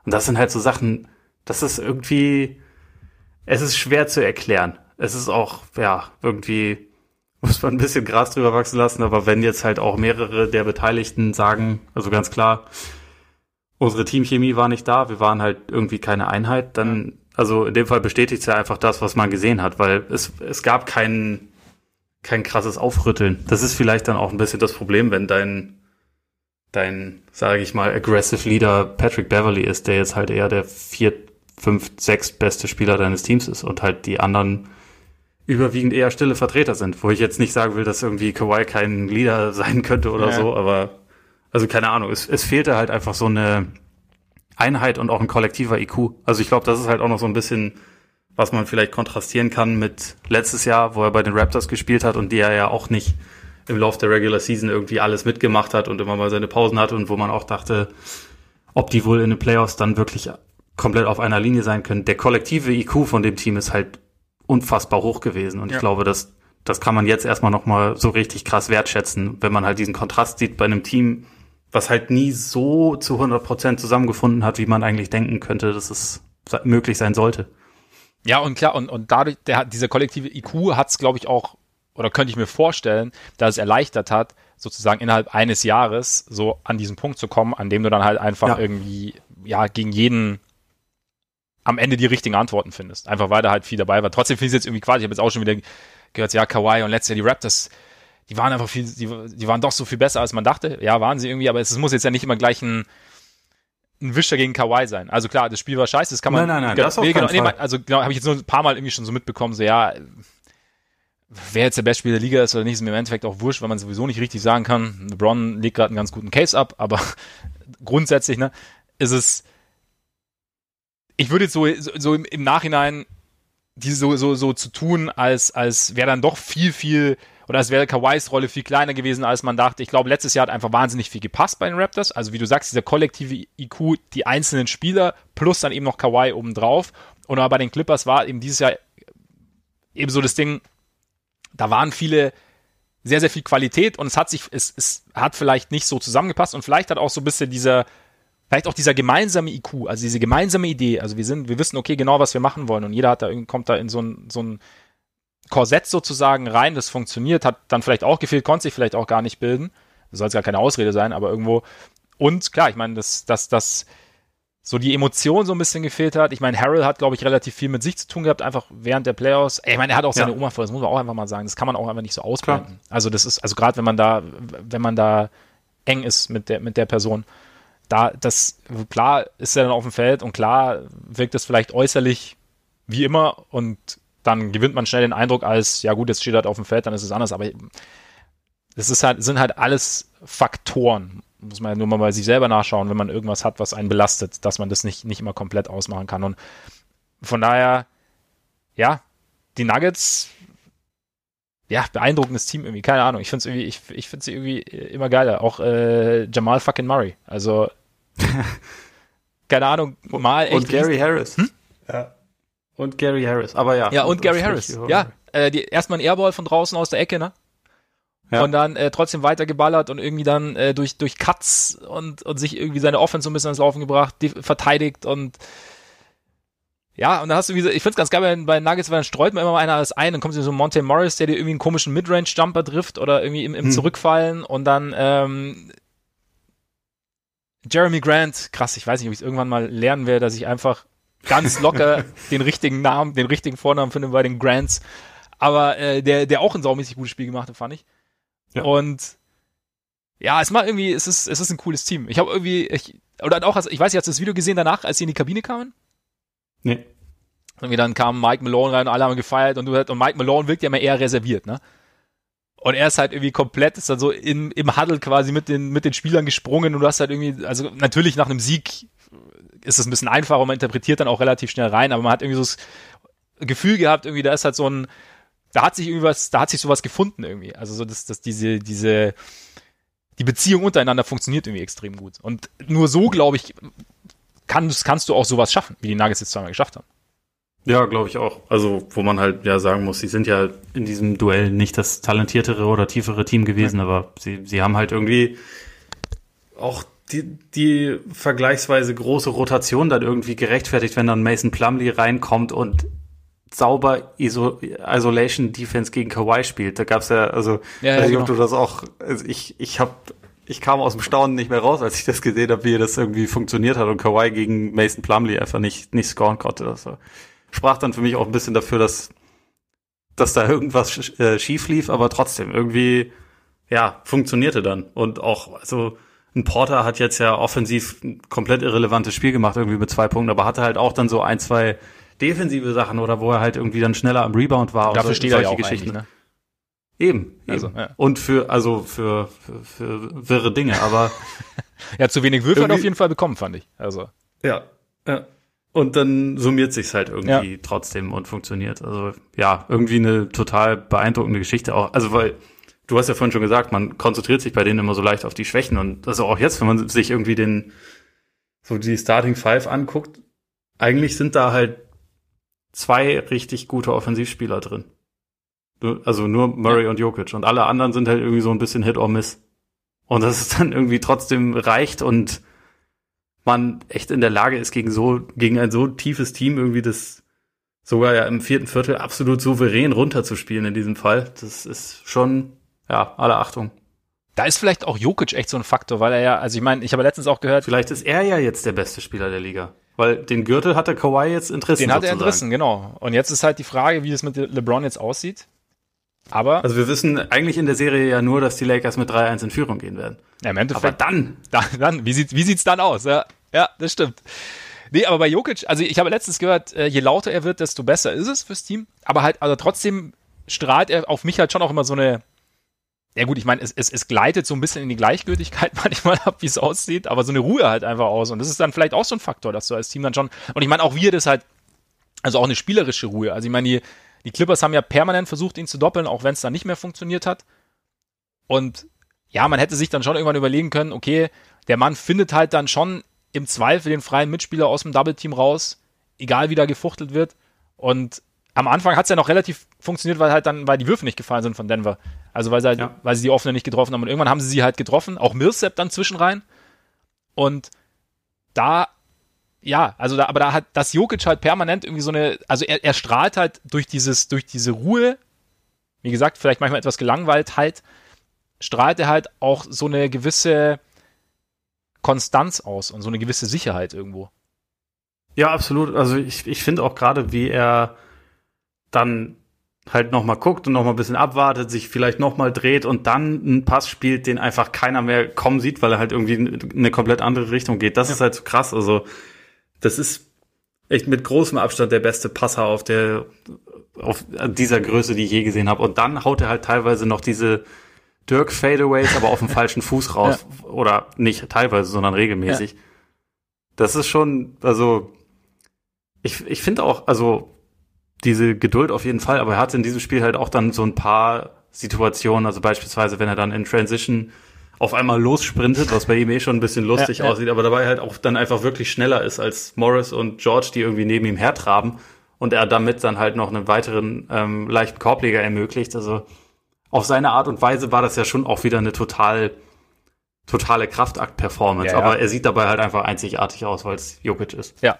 Und das sind halt so Sachen, das ist irgendwie, es ist schwer zu erklären. Es ist auch, ja, irgendwie muss man ein bisschen Gras drüber wachsen lassen, aber wenn jetzt halt auch mehrere der Beteiligten sagen, also ganz klar, unsere Teamchemie war nicht da, wir waren halt irgendwie keine Einheit, dann, also in dem Fall bestätigt es ja einfach das, was man gesehen hat, weil es, es gab kein, kein krasses Aufrütteln. Das ist vielleicht dann auch ein bisschen das Problem, wenn dein, dein, sage ich mal, aggressive Leader Patrick Beverley ist, der jetzt halt eher der vier, fünf, sechs beste Spieler deines Teams ist und halt die anderen überwiegend eher stille Vertreter sind, wo ich jetzt nicht sagen will, dass irgendwie Kawhi kein Leader sein könnte oder ja. so, aber also keine Ahnung, es, es fehlte halt einfach so eine Einheit und auch ein kollektiver I Q. Also ich glaube, das ist halt auch noch so ein bisschen, was man vielleicht kontrastieren kann mit letztes Jahr, wo er bei den Raptors gespielt hat und die er ja auch nicht im Laufe der Regular Season irgendwie alles mitgemacht hat und immer mal seine Pausen hatte und wo man auch dachte, ob die wohl in den Playoffs dann wirklich komplett auf einer Linie sein können. Der kollektive I Q von dem Team ist halt unfassbar hoch gewesen und ja. ich glaube, dass das kann man jetzt erstmal nochmal so richtig krass wertschätzen, wenn man halt diesen Kontrast sieht bei einem Team, was halt nie so zu hundert Prozent zusammengefunden hat, wie man eigentlich denken könnte, dass es möglich sein sollte. Ja, und klar, und, und dadurch, der, dieser kollektive I Q hat es, glaube ich, auch, oder könnte ich mir vorstellen, dass es erleichtert hat, sozusagen innerhalb eines Jahres so an diesen Punkt zu kommen, an dem du dann halt einfach ja. irgendwie, ja, gegen jeden am Ende die richtigen Antworten findest. Einfach weil da halt viel dabei war. Trotzdem finde ich es jetzt irgendwie Quatsch. Ich habe jetzt auch schon wieder gehört, ja, Kawhi und letztes Jahr die Raptors, die waren einfach viel, die, die waren doch so viel besser, als man dachte. Ja, waren sie irgendwie, aber es muss jetzt ja nicht immer gleich ein, ein Wischer gegen Kawhi sein. Also klar, das Spiel war scheiße, das kann man... Nein, nein, nein, das auf genau, keinen nee, Also genau, habe ich jetzt nur ein paar Mal irgendwie schon so mitbekommen, so ja, wer jetzt der beste Spieler der Liga ist oder nicht, ist mir im Endeffekt auch wurscht, weil man sowieso nicht richtig sagen kann. LeBron legt gerade einen ganz guten Case ab, aber grundsätzlich, ne, ist es... Ich würde jetzt so, so im, im Nachhinein die so, so, so zu tun, als, als wäre dann doch viel, viel, oder als wäre Kawhis Rolle viel kleiner gewesen, als man dachte. Ich glaube, letztes Jahr hat einfach wahnsinnig viel gepasst bei den Raptors. Also wie du sagst, dieser kollektive I Q, die einzelnen Spieler, plus dann eben noch Kawhi obendrauf. Und aber bei den Clippers war eben dieses Jahr eben so das Ding, da waren viele, sehr, sehr viel Qualität und es hat sich, es, es hat vielleicht nicht so zusammengepasst und vielleicht hat auch so ein bisschen dieser Vielleicht auch dieser gemeinsame I Q, also diese gemeinsame Idee, also wir sind, wir wissen, okay, genau, was wir machen wollen und jeder hat da, kommt da in so ein, so ein Korsett sozusagen rein, das funktioniert, hat dann vielleicht auch gefehlt, konnte sich vielleicht auch gar nicht bilden, das soll jetzt gar keine Ausrede sein, aber irgendwo, und klar, ich meine, dass, dass, dass so die Emotion so ein bisschen gefehlt hat, ich meine, Harrell hat, glaube ich, relativ viel mit sich zu tun gehabt, einfach während der Playoffs, ich meine, er hat auch seine ja. Oma vor, das muss man auch einfach mal sagen, das kann man auch einfach nicht so ausblenden, klar. Also das ist, also gerade wenn man da, wenn man da eng ist mit der, mit der Person, da, das, klar ist er dann auf dem Feld und klar wirkt es vielleicht äußerlich wie immer und dann gewinnt man schnell den Eindruck als, ja gut, jetzt steht er halt auf dem Feld, dann ist es anders, aber das ist halt, sind halt alles Faktoren, muss man ja nur mal bei sich selber nachschauen, wenn man irgendwas hat, was einen belastet, dass man das nicht, nicht immer komplett ausmachen kann und von daher, ja, die Nuggets, ja, beeindruckendes Team irgendwie, keine Ahnung. Ich finde es irgendwie, ich, ich finde sie irgendwie immer geiler. Auch äh, Jamal fucking Murray. Also, keine Ahnung, mal echt. Und Gary Harris. Hm? Ja. Und Gary Harris, aber ja. Ja, und Gary Harris. Ja, äh, die, erstmal ein Airball von draußen aus der Ecke, ne? Ja. Und dann äh, trotzdem weitergeballert und irgendwie dann äh, durch, durch Cuts und, und sich irgendwie seine Offense so ein bisschen ans Laufen gebracht, die, verteidigt und ja, und dann hast du, wie ich find's ganz geil, bei, bei Nuggets, weil dann streut man immer mal einer alles ein, dann kommt so Monte Morris, der dir irgendwie einen komischen Midrange-Jumper trifft oder irgendwie im, im hm. Zurückfallen und dann ähm, Jeremy Grant, krass, ich weiß nicht, ob ich es irgendwann mal lernen werde, dass ich einfach ganz locker den richtigen Namen, den richtigen Vornamen finde bei den Grants, aber äh, der, der auch ein saumäßig gutes Spiel gemacht hat, fand ich. Ja. Und ja, es macht irgendwie, es ist, es ist ein cooles Team. Ich habe irgendwie, ich, oder auch, ich weiß nicht, hast du das Video gesehen danach, als sie in die Kabine kamen? Nee. Irgendwie dann kam Mike Malone rein und alle haben gefeiert und du und Mike Malone wirkt ja immer eher reserviert, ne? Und er ist halt irgendwie komplett, ist dann so in, im Huddle quasi mit den, mit den Spielern gesprungen und du hast halt irgendwie, also natürlich nach einem Sieg ist es ein bisschen einfacher und man interpretiert dann auch relativ schnell rein, aber man hat irgendwie so das Gefühl gehabt, irgendwie, da ist halt so ein, da hat sich irgendwie was, da hat sich sowas gefunden irgendwie. Also so, dass, dass diese, diese, die Beziehung untereinander funktioniert irgendwie extrem gut. Und nur so, glaube ich, kannst, kannst du auch sowas schaffen, wie die Nuggets jetzt zweimal geschafft haben. Ja, glaube ich auch. Also, wo man halt ja sagen muss, sie sind ja in diesem Duell nicht das talentiertere oder tiefere Team gewesen, ja. aber sie, sie haben halt irgendwie auch die, die vergleichsweise große Rotation dann irgendwie gerechtfertigt, wenn dann Mason Plumlee reinkommt und sauber Iso- Isolation Defense gegen Kawhi spielt. Da gab's ja, also, ja, ja, weiß nicht, genau. ob du das auch, also ich, ich hab, ich kam aus dem Staunen nicht mehr raus, als ich das gesehen habe, wie das irgendwie funktioniert hat und Kawhi gegen Mason Plumlee einfach nicht, nicht scoren konnte. Das war, sprach dann für mich auch ein bisschen dafür, dass, dass da irgendwas sch- äh, schief lief, aber trotzdem irgendwie, ja, funktionierte dann. Und auch, also, ein Porter hat jetzt ja offensiv ein komplett irrelevantes Spiel gemacht, irgendwie mit zwei Punkten, aber hatte halt auch dann so ein, zwei defensive Sachen oder wo er halt irgendwie dann schneller am Rebound war. Dafür und so, steht er ja auch Geschichten. eigentlich, ne? Eben, eben. Also, ja. Und für, also für, für, für wirre Dinge, aber Ja, zu wenig Würfe hat er Irgendwie- auf jeden Fall bekommen, fand ich. Also, ja, ja. Und dann summiert sich's halt irgendwie Ja. trotzdem und funktioniert. Also ja, irgendwie eine total beeindruckende Geschichte auch. Also weil du hast ja vorhin schon gesagt, man konzentriert sich bei denen immer so leicht auf die Schwächen und also auch jetzt, wenn man sich irgendwie den so die Starting Five anguckt, eigentlich sind da halt zwei richtig gute Offensivspieler drin. Du- Also nur Murray Ja. und Jokic und alle anderen sind halt irgendwie so ein bisschen Hit or Miss. Und dass es dann irgendwie trotzdem reicht und man echt in der Lage ist, gegen so, gegen ein so tiefes Team irgendwie das sogar ja im vierten Viertel absolut souverän runterzuspielen in diesem Fall. Das ist schon, ja, alle Achtung. da ist vielleicht auch Jokic echt so ein Faktor, weil er ja, also ich meine, ich habe letztens auch gehört, Vielleicht ist er ja jetzt der beste Spieler der Liga. Weil den Gürtel hat der Kawhi jetzt entrissen. den hat er sozusagen. entrissen, genau. Und jetzt ist halt die Frage, wie das mit LeBron jetzt aussieht. Aber Also wir wissen eigentlich in der Serie ja nur, dass die Lakers mit drei eins in Führung gehen werden. ja, im Aber Endeffekt, dann, dann, dann wie, sieht, wie sieht's dann aus? Ja, ja, das stimmt. Nee, aber bei Jokic, also ich habe letztens gehört, äh, je lauter er wird, desto besser ist es fürs Team. Aber halt, also trotzdem strahlt er auf mich halt schon auch immer so eine, ja gut, ich meine, es, es, es gleitet so ein bisschen in die Gleichgültigkeit manchmal ab, wie es aussieht, aber so eine Ruhe halt einfach aus. Und das ist dann vielleicht auch so ein Faktor, dass du als Team dann schon, und ich meine auch wir das halt, also auch eine spielerische Ruhe. Also ich meine, die, die Clippers haben ja permanent versucht, ihn zu doppeln, auch wenn es dann nicht mehr funktioniert hat. Und ja, man hätte sich dann schon irgendwann überlegen können, okay, der Mann findet halt dann schon im Zweifel den freien Mitspieler aus dem Double-Team raus, egal wie da gefuchtelt wird. Und am Anfang hat es ja noch relativ funktioniert, weil halt dann, weil die Würfe nicht gefallen sind von Denver. Also weil sie halt, Ja. weil sie die offene nicht getroffen haben. Und irgendwann haben sie sie halt getroffen, auch Millsap dann zwischenrein. Und da, ja, also da, aber da hat das Jokic halt permanent irgendwie so eine, also er, er strahlt halt durch dieses, durch diese Ruhe, wie gesagt, vielleicht manchmal etwas gelangweilt halt, strahlt er halt auch so eine gewisse Konstanz aus und so eine gewisse Sicherheit irgendwo. ja, absolut. Also ich, ich finde auch gerade, wie er dann halt noch mal guckt und noch mal ein bisschen abwartet, sich vielleicht noch mal dreht und dann einen Pass spielt, den einfach keiner mehr kommen sieht, weil er halt irgendwie in eine komplett andere Richtung geht. Das Ja. ist halt so krass. Also das ist echt mit großem Abstand der beste Passer auf der auf dieser Größe, die ich je gesehen habe. Und dann haut er halt teilweise noch diese Dirk Fadeaways, aber auf dem falschen Fuß raus. Oder nicht teilweise, sondern regelmäßig. Ja. Das ist schon, also ich, ich finde auch, also diese Geduld auf jeden Fall, aber er hatte in diesem Spiel halt auch dann so ein paar Situationen, also beispielsweise, wenn er dann in Transition auf einmal lossprintet, was bei ihm eh schon ein bisschen lustig Ja, ja. aussieht, aber dabei halt auch dann einfach wirklich schneller ist als Morris und George, die irgendwie neben ihm hertraben und er damit dann halt noch einen weiteren ähm, leichten Korbleger ermöglicht. Also auf seine Art und Weise war das ja schon auch wieder eine total totale Kraftakt-Performance, Ja, ja. aber er sieht dabei halt einfach einzigartig aus, weil es Jokic ist. Ja.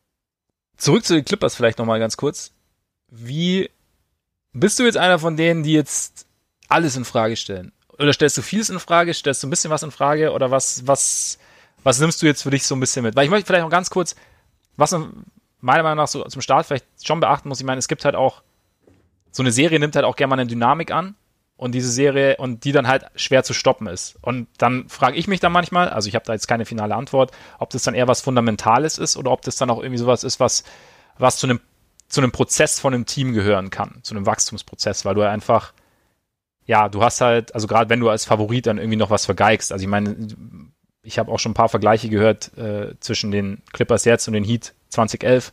Zurück zu den Clippers vielleicht nochmal ganz kurz. Wie bist du jetzt einer von denen, die jetzt alles in Frage stellen? Oder stellst du vieles in Frage? Stellst du ein bisschen was in Frage? Oder was, was, was nimmst du jetzt für dich so ein bisschen mit? Weil ich möchte vielleicht noch ganz kurz, was man meiner Meinung nach so zum Start vielleicht schon beachten muss. Ich meine, es gibt halt auch, so eine Serie nimmt halt auch gerne mal eine Dynamik an. Und diese Serie, und die dann halt schwer zu stoppen ist. Und dann frage ich mich dann manchmal, also ich habe da jetzt keine finale Antwort, ob das dann eher was Fundamentales ist oder ob das dann auch irgendwie sowas ist, was, was zu einem, zu einem Prozess von einem Team gehören kann, zu einem Wachstumsprozess, weil du einfach, ja, du hast halt, also gerade wenn du als Favorit dann irgendwie noch was vergeigst, also ich meine, ich habe auch schon ein paar Vergleiche gehört äh, zwischen den Clippers jetzt und den Heat zwanzig elf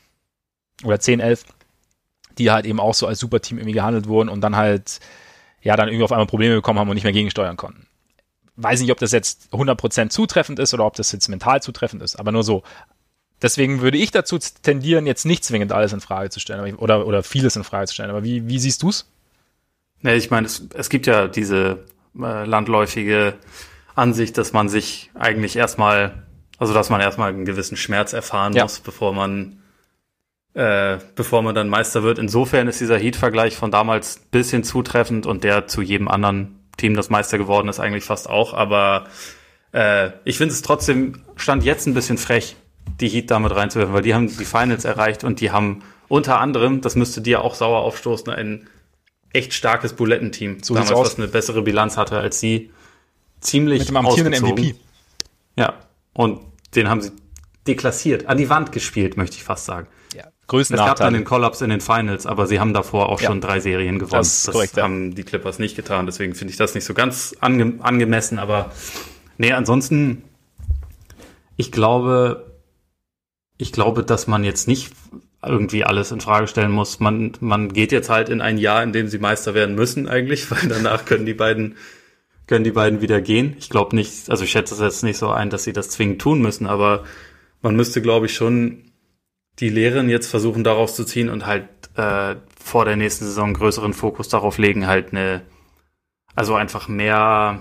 oder zehn elf, die halt eben auch so als Superteam irgendwie gehandelt wurden und dann halt ja, dann irgendwie auf einmal Probleme bekommen haben und nicht mehr gegensteuern konnten. Weiß nicht, ob das jetzt hundert Prozent zutreffend ist oder ob das jetzt mental zutreffend ist, aber nur so. Deswegen würde ich dazu tendieren, jetzt nicht zwingend alles in Frage zu stellen aber ich, oder, oder vieles in Frage zu stellen. Aber wie, wie siehst du's? Ne, ich meine, es, es gibt ja diese äh, landläufige Ansicht, dass man sich eigentlich erstmal, also dass man erstmal einen gewissen Schmerz erfahren ja. muss, bevor man äh, bevor man dann Meister wird. Insofern ist dieser Heat-Vergleich von damals ein bisschen zutreffend und der zu jedem anderen Team, das Meister geworden ist, eigentlich fast auch. Aber äh, ich finde es trotzdem, Stand jetzt ein bisschen frech, die Heat damit reinzuwerfen, weil die haben die Finals erreicht und die haben unter anderem, das müsste dir auch sauer aufstoßen, ein echt starkes Bulettenteam. So damals, was eine bessere Bilanz hatte als sie. Ziemlich mit dem amtierenden M V P. Ja, und den haben sie deklassiert, an die Wand gespielt, möchte ich fast sagen. Ja, Größennachteil. Es gab dann den Kollaps in den Finals, aber sie haben davor auch ja. schon drei Serien gewonnen. Das, ist korrekt, das haben die Clippers nicht getan, deswegen finde ich das nicht so ganz ange- angemessen, aber nee, ansonsten, ich glaube, ich glaube, dass man jetzt nicht irgendwie alles in Frage stellen muss. Man, man geht jetzt halt in ein Jahr, in dem sie Meister werden müssen eigentlich, weil danach können die beiden können die beiden wieder gehen. Ich glaube nicht, also ich schätze es jetzt nicht so ein, dass sie das zwingend tun müssen, aber man müsste, glaube ich, schon die Lehren jetzt versuchen daraus zu ziehen und halt äh, vor der nächsten Saison größeren Fokus darauf legen, halt eine, also einfach mehr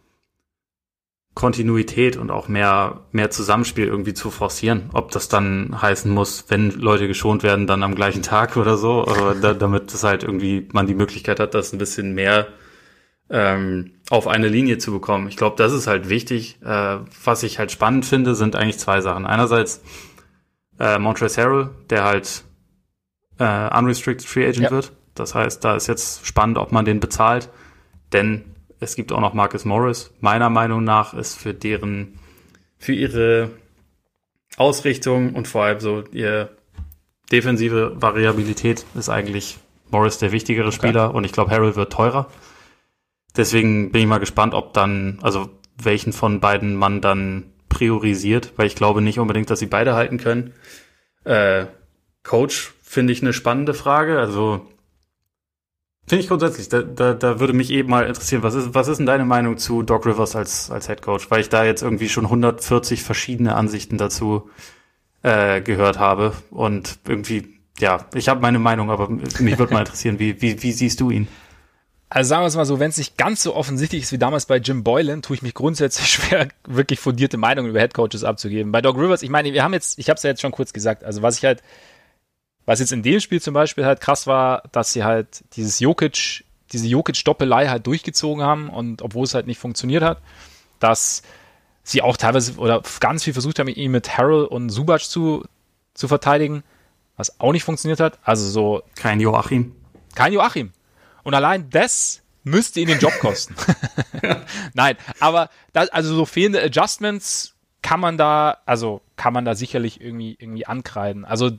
Kontinuität und auch mehr mehr Zusammenspiel irgendwie zu forcieren. Ob das dann heißen muss, wenn Leute geschont werden, dann am gleichen Tag oder so, aber da, damit das halt irgendwie man die Möglichkeit hat, das ein bisschen mehr ähm, auf eine Linie zu bekommen. Ich glaube, das ist halt wichtig. Äh, was ich halt spannend finde, sind eigentlich zwei Sachen. Einerseits äh, Montrezl Harrell, der halt äh, unrestricted Free Agent ja. wird. Das heißt, da ist jetzt spannend, ob man den bezahlt, denn es gibt auch noch Marcus Morris. Meiner Meinung nach ist für deren, für ihre Ausrichtung und vor allem so ihre defensive Variabilität ist eigentlich Morris der wichtigere Spieler okay. und ich glaube, Harrell wird teurer. Deswegen bin ich mal gespannt, ob dann, also welchen von beiden man dann priorisiert, weil ich glaube nicht unbedingt, dass sie beide halten können. Äh, Coach finde ich eine spannende Frage, also finde ich grundsätzlich, da, da, da würde mich eben mal interessieren, was ist, was ist denn deine Meinung zu Doc Rivers als, als Head Coach? Weil ich da jetzt irgendwie schon hundertvierzig verschiedene Ansichten dazu äh, gehört habe und irgendwie, ja, ich habe meine Meinung, aber mich würde mal interessieren, wie, wie, wie siehst du ihn? Also sagen wir es mal so, wenn es nicht ganz so offensichtlich ist wie damals bei Jim Boylan, tue ich mich grundsätzlich schwer, wirklich fundierte Meinungen über Headcoaches abzugeben. Bei Doc Rivers, ich meine, wir haben jetzt, ich habe es ja jetzt schon kurz gesagt, also was ich halt, was jetzt in dem Spiel zum Beispiel halt krass war, dass sie halt dieses Jokic, diese Jokic-Doppelei halt durchgezogen haben und obwohl es halt nicht funktioniert hat, dass sie auch teilweise oder ganz viel versucht haben, ihn mit Harrell und Zubac zu, zu verteidigen, was auch nicht funktioniert hat. Also so. Kein Joachim. Kein Joachim. Und allein das müsste ihn den Job kosten. ja. Nein, aber das, also so fehlende Adjustments kann man da, also kann man da sicherlich irgendwie, irgendwie ankreiden. Also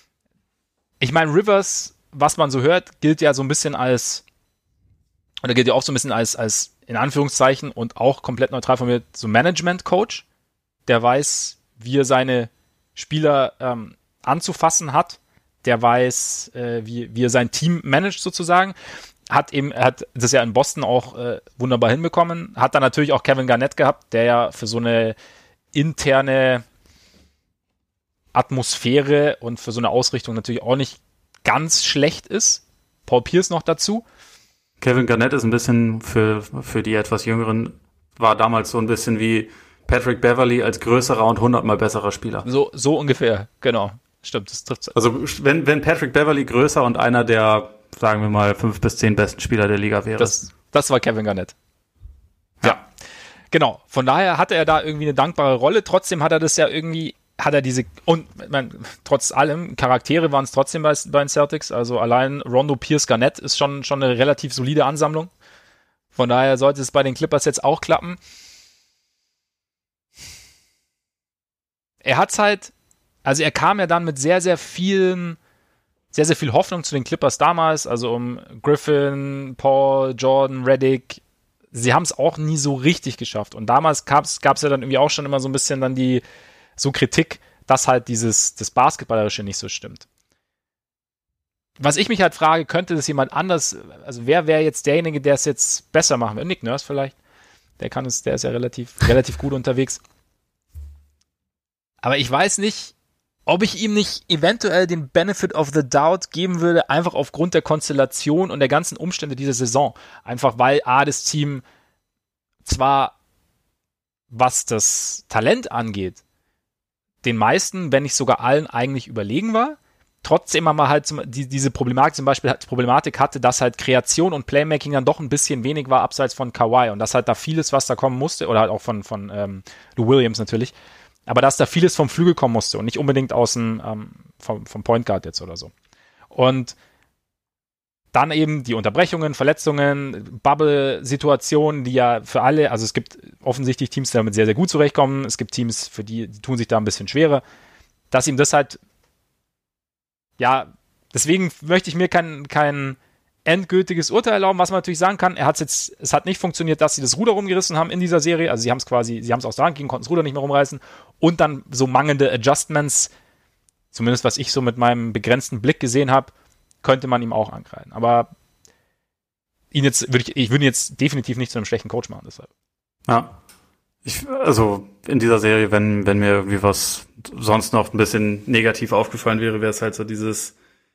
ich meine, Rivers, was man so hört, gilt ja so ein bisschen als, oder gilt ja auch so ein bisschen als, als in Anführungszeichen und auch komplett neutral formuliert, so Management-Coach, der weiß, wie er seine Spieler ähm, anzufassen hat, der weiß, äh, wie, wie er sein Team managt sozusagen, hat eben, er hat das ja in Boston auch äh, wunderbar hinbekommen, hat dann natürlich auch Kevin Garnett gehabt, der ja für so eine interne Atmosphäre und für so eine Ausrichtung natürlich auch nicht ganz schlecht ist. Paul Pierce noch dazu. Kevin Garnett ist ein bisschen für, für die etwas Jüngeren, war damals so ein bisschen wie Patrick Beverley als größerer und hundertmal besserer Spieler. So, so ungefähr, genau. Stimmt, das trifft. Also wenn, wenn Patrick Beverley größer und einer der, sagen wir mal, fünf bis zehn besten Spieler der Liga wäre. Das, das war Kevin Garnett. Ja. ja. Genau. Von daher hatte er da irgendwie eine dankbare Rolle. Trotzdem hat er das ja irgendwie hat er diese, und man, trotz allem, Charaktere waren es trotzdem bei, bei den Celtics, also allein Rondo, Pierce, Garnett ist schon, schon eine relativ solide Ansammlung. Von daher sollte es bei den Clippers jetzt auch klappen. Er hat's halt, also er kam ja dann mit sehr, sehr vielen, sehr, sehr viel Hoffnung zu den Clippers damals, also um Griffin, Paul, Jordan, Redick. Sie haben es auch nie so richtig geschafft. Und damals gab es ja dann irgendwie auch schon immer so ein bisschen dann die so Kritik, dass halt dieses das Basketballerische nicht so stimmt. Was ich mich halt frage, könnte das jemand anders, also wer wäre jetzt derjenige, der es jetzt besser machen will? Nick Nurse vielleicht. Der kann es, der ist ja relativ, relativ gut unterwegs. Aber ich weiß nicht, ob ich ihm nicht eventuell den Benefit of the Doubt geben würde, einfach aufgrund der Konstellation und der ganzen Umstände dieser Saison. Einfach weil A, das Team zwar was das Talent angeht, den meisten, wenn nicht sogar allen, eigentlich überlegen war. Trotzdem aber halt zum, die, diese Problematik zum Beispiel Problematik hatte, dass halt Kreation und Playmaking dann doch ein bisschen wenig war abseits von Kawhi und dass halt da vieles, was da kommen musste, oder halt auch von, von ähm, Lou Williams natürlich, aber dass da vieles vom Flügel kommen musste und nicht unbedingt aus dem ähm, vom, vom Point Guard jetzt oder so. Und dann eben die Unterbrechungen, Verletzungen, Bubble-Situationen, die ja für alle, also es gibt offensichtlich Teams, die damit sehr, sehr gut zurechtkommen, es gibt Teams, für die, die tun sich da ein bisschen schwerer, dass ihm das halt ja, deswegen möchte ich mir kein, kein endgültiges Urteil erlauben, was man natürlich sagen kann. Er hat's jetzt, es hat nicht funktioniert, dass sie das Ruder rumgerissen haben in dieser Serie. Also sie haben es quasi, sie haben es aus der Hand gegeben, konnten das Ruder nicht mehr rumreißen. Und dann so mangelnde Adjustments, zumindest was ich so mit meinem begrenzten Blick gesehen habe, könnte man ihm auch ankreiden. Aber ihn jetzt würde ich, ich würde ihn jetzt definitiv nicht zu einem schlechten Coach machen, deshalb. Ja. Ich, also in dieser Serie, wenn, wenn mir irgendwie was sonst noch ein bisschen negativ aufgefallen wäre, wäre es halt so dieses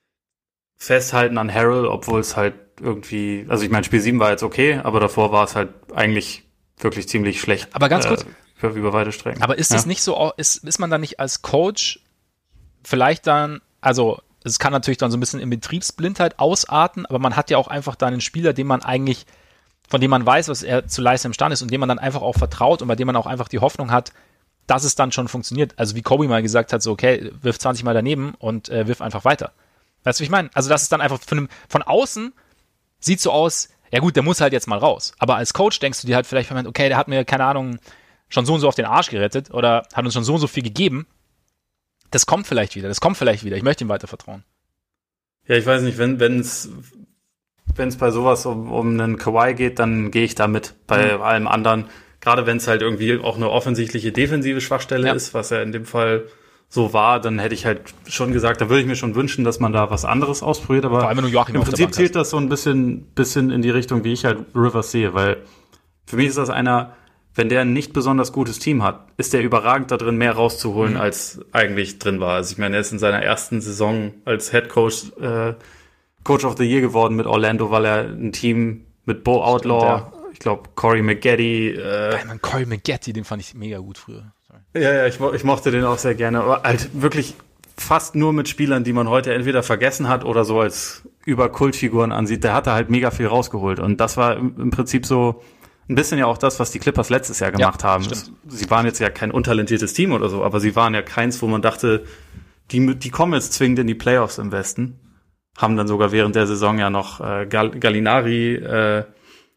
Festhalten an Harrell, obwohl es halt irgendwie, also ich meine, Spiel sieben war jetzt okay, aber davor war es halt eigentlich wirklich ziemlich schlecht. Aber ganz kurz, äh, für, über weite Strecken. Aber ist ja? es nicht so, ist, ist man dann nicht als Coach vielleicht dann, also es kann natürlich dann so ein bisschen in Betriebsblindheit ausarten, aber man hat ja auch einfach dann einen Spieler, den man eigentlich von dem man weiß, was er zu leisten imstande ist und dem man dann einfach auch vertraut und bei dem man auch einfach die Hoffnung hat, dass es dann schon funktioniert. Also wie Kobe mal gesagt hat, so okay, wirf zwanzig Mal daneben und äh, wirf einfach weiter. Weißt du, wie ich meine? Also das ist dann einfach von, einem, von außen sieht so aus, ja gut, der muss halt jetzt mal raus. Aber als Coach denkst du dir halt vielleicht, okay, der hat mir, keine Ahnung, schon so und so auf den Arsch gerettet oder hat uns schon so und so viel gegeben. Das kommt vielleicht wieder, das kommt vielleicht wieder. Ich möchte ihm weiter vertrauen. Ja, ich weiß nicht, wenn wenn es wenn es bei sowas um, um einen Kawhi geht, dann gehe ich da mit. Bei mhm. allem anderen, gerade wenn es halt irgendwie auch eine offensichtliche defensive Schwachstelle ja. ist, was ja in dem Fall so war, dann hätte ich halt schon gesagt, da würde ich mir schon wünschen, dass man da was anderes ausprobiert. Aber vor allem, wenn du Joachim im Prinzip zählt das so ein bisschen, bisschen in die Richtung, wie ich halt Rivers sehe, weil für mich ist das einer, wenn der ein nicht besonders gutes Team hat, ist der überragend da drin, mehr rauszuholen, mhm. als eigentlich drin war. Also ich meine, er ist in seiner ersten Saison als Head Coach äh, Coach of the Year geworden mit Orlando, weil er ein Team mit Bo Outlaw, Stimmt, ja. ich glaube Corey Maggette. Äh, Geil, man, Corey Maggette, den fand ich mega gut früher. Sorry. Ja, ja, ich, ich mochte den auch sehr gerne. Aber halt wirklich fast nur mit Spielern, die man heute entweder vergessen hat oder so als Überkultfiguren ansieht. Der hatte halt mega viel rausgeholt. Und das war im, im Prinzip so ein bisschen ja auch das, was die Clippers letztes Jahr gemacht ja, haben. Stimmt. Sie waren jetzt ja kein untalentiertes Team oder so, aber sie waren ja keins, wo man dachte, die, die kommen jetzt zwingend in die Playoffs im Westen. Haben dann sogar während der Saison ja noch äh, Gall- Gallinari, äh,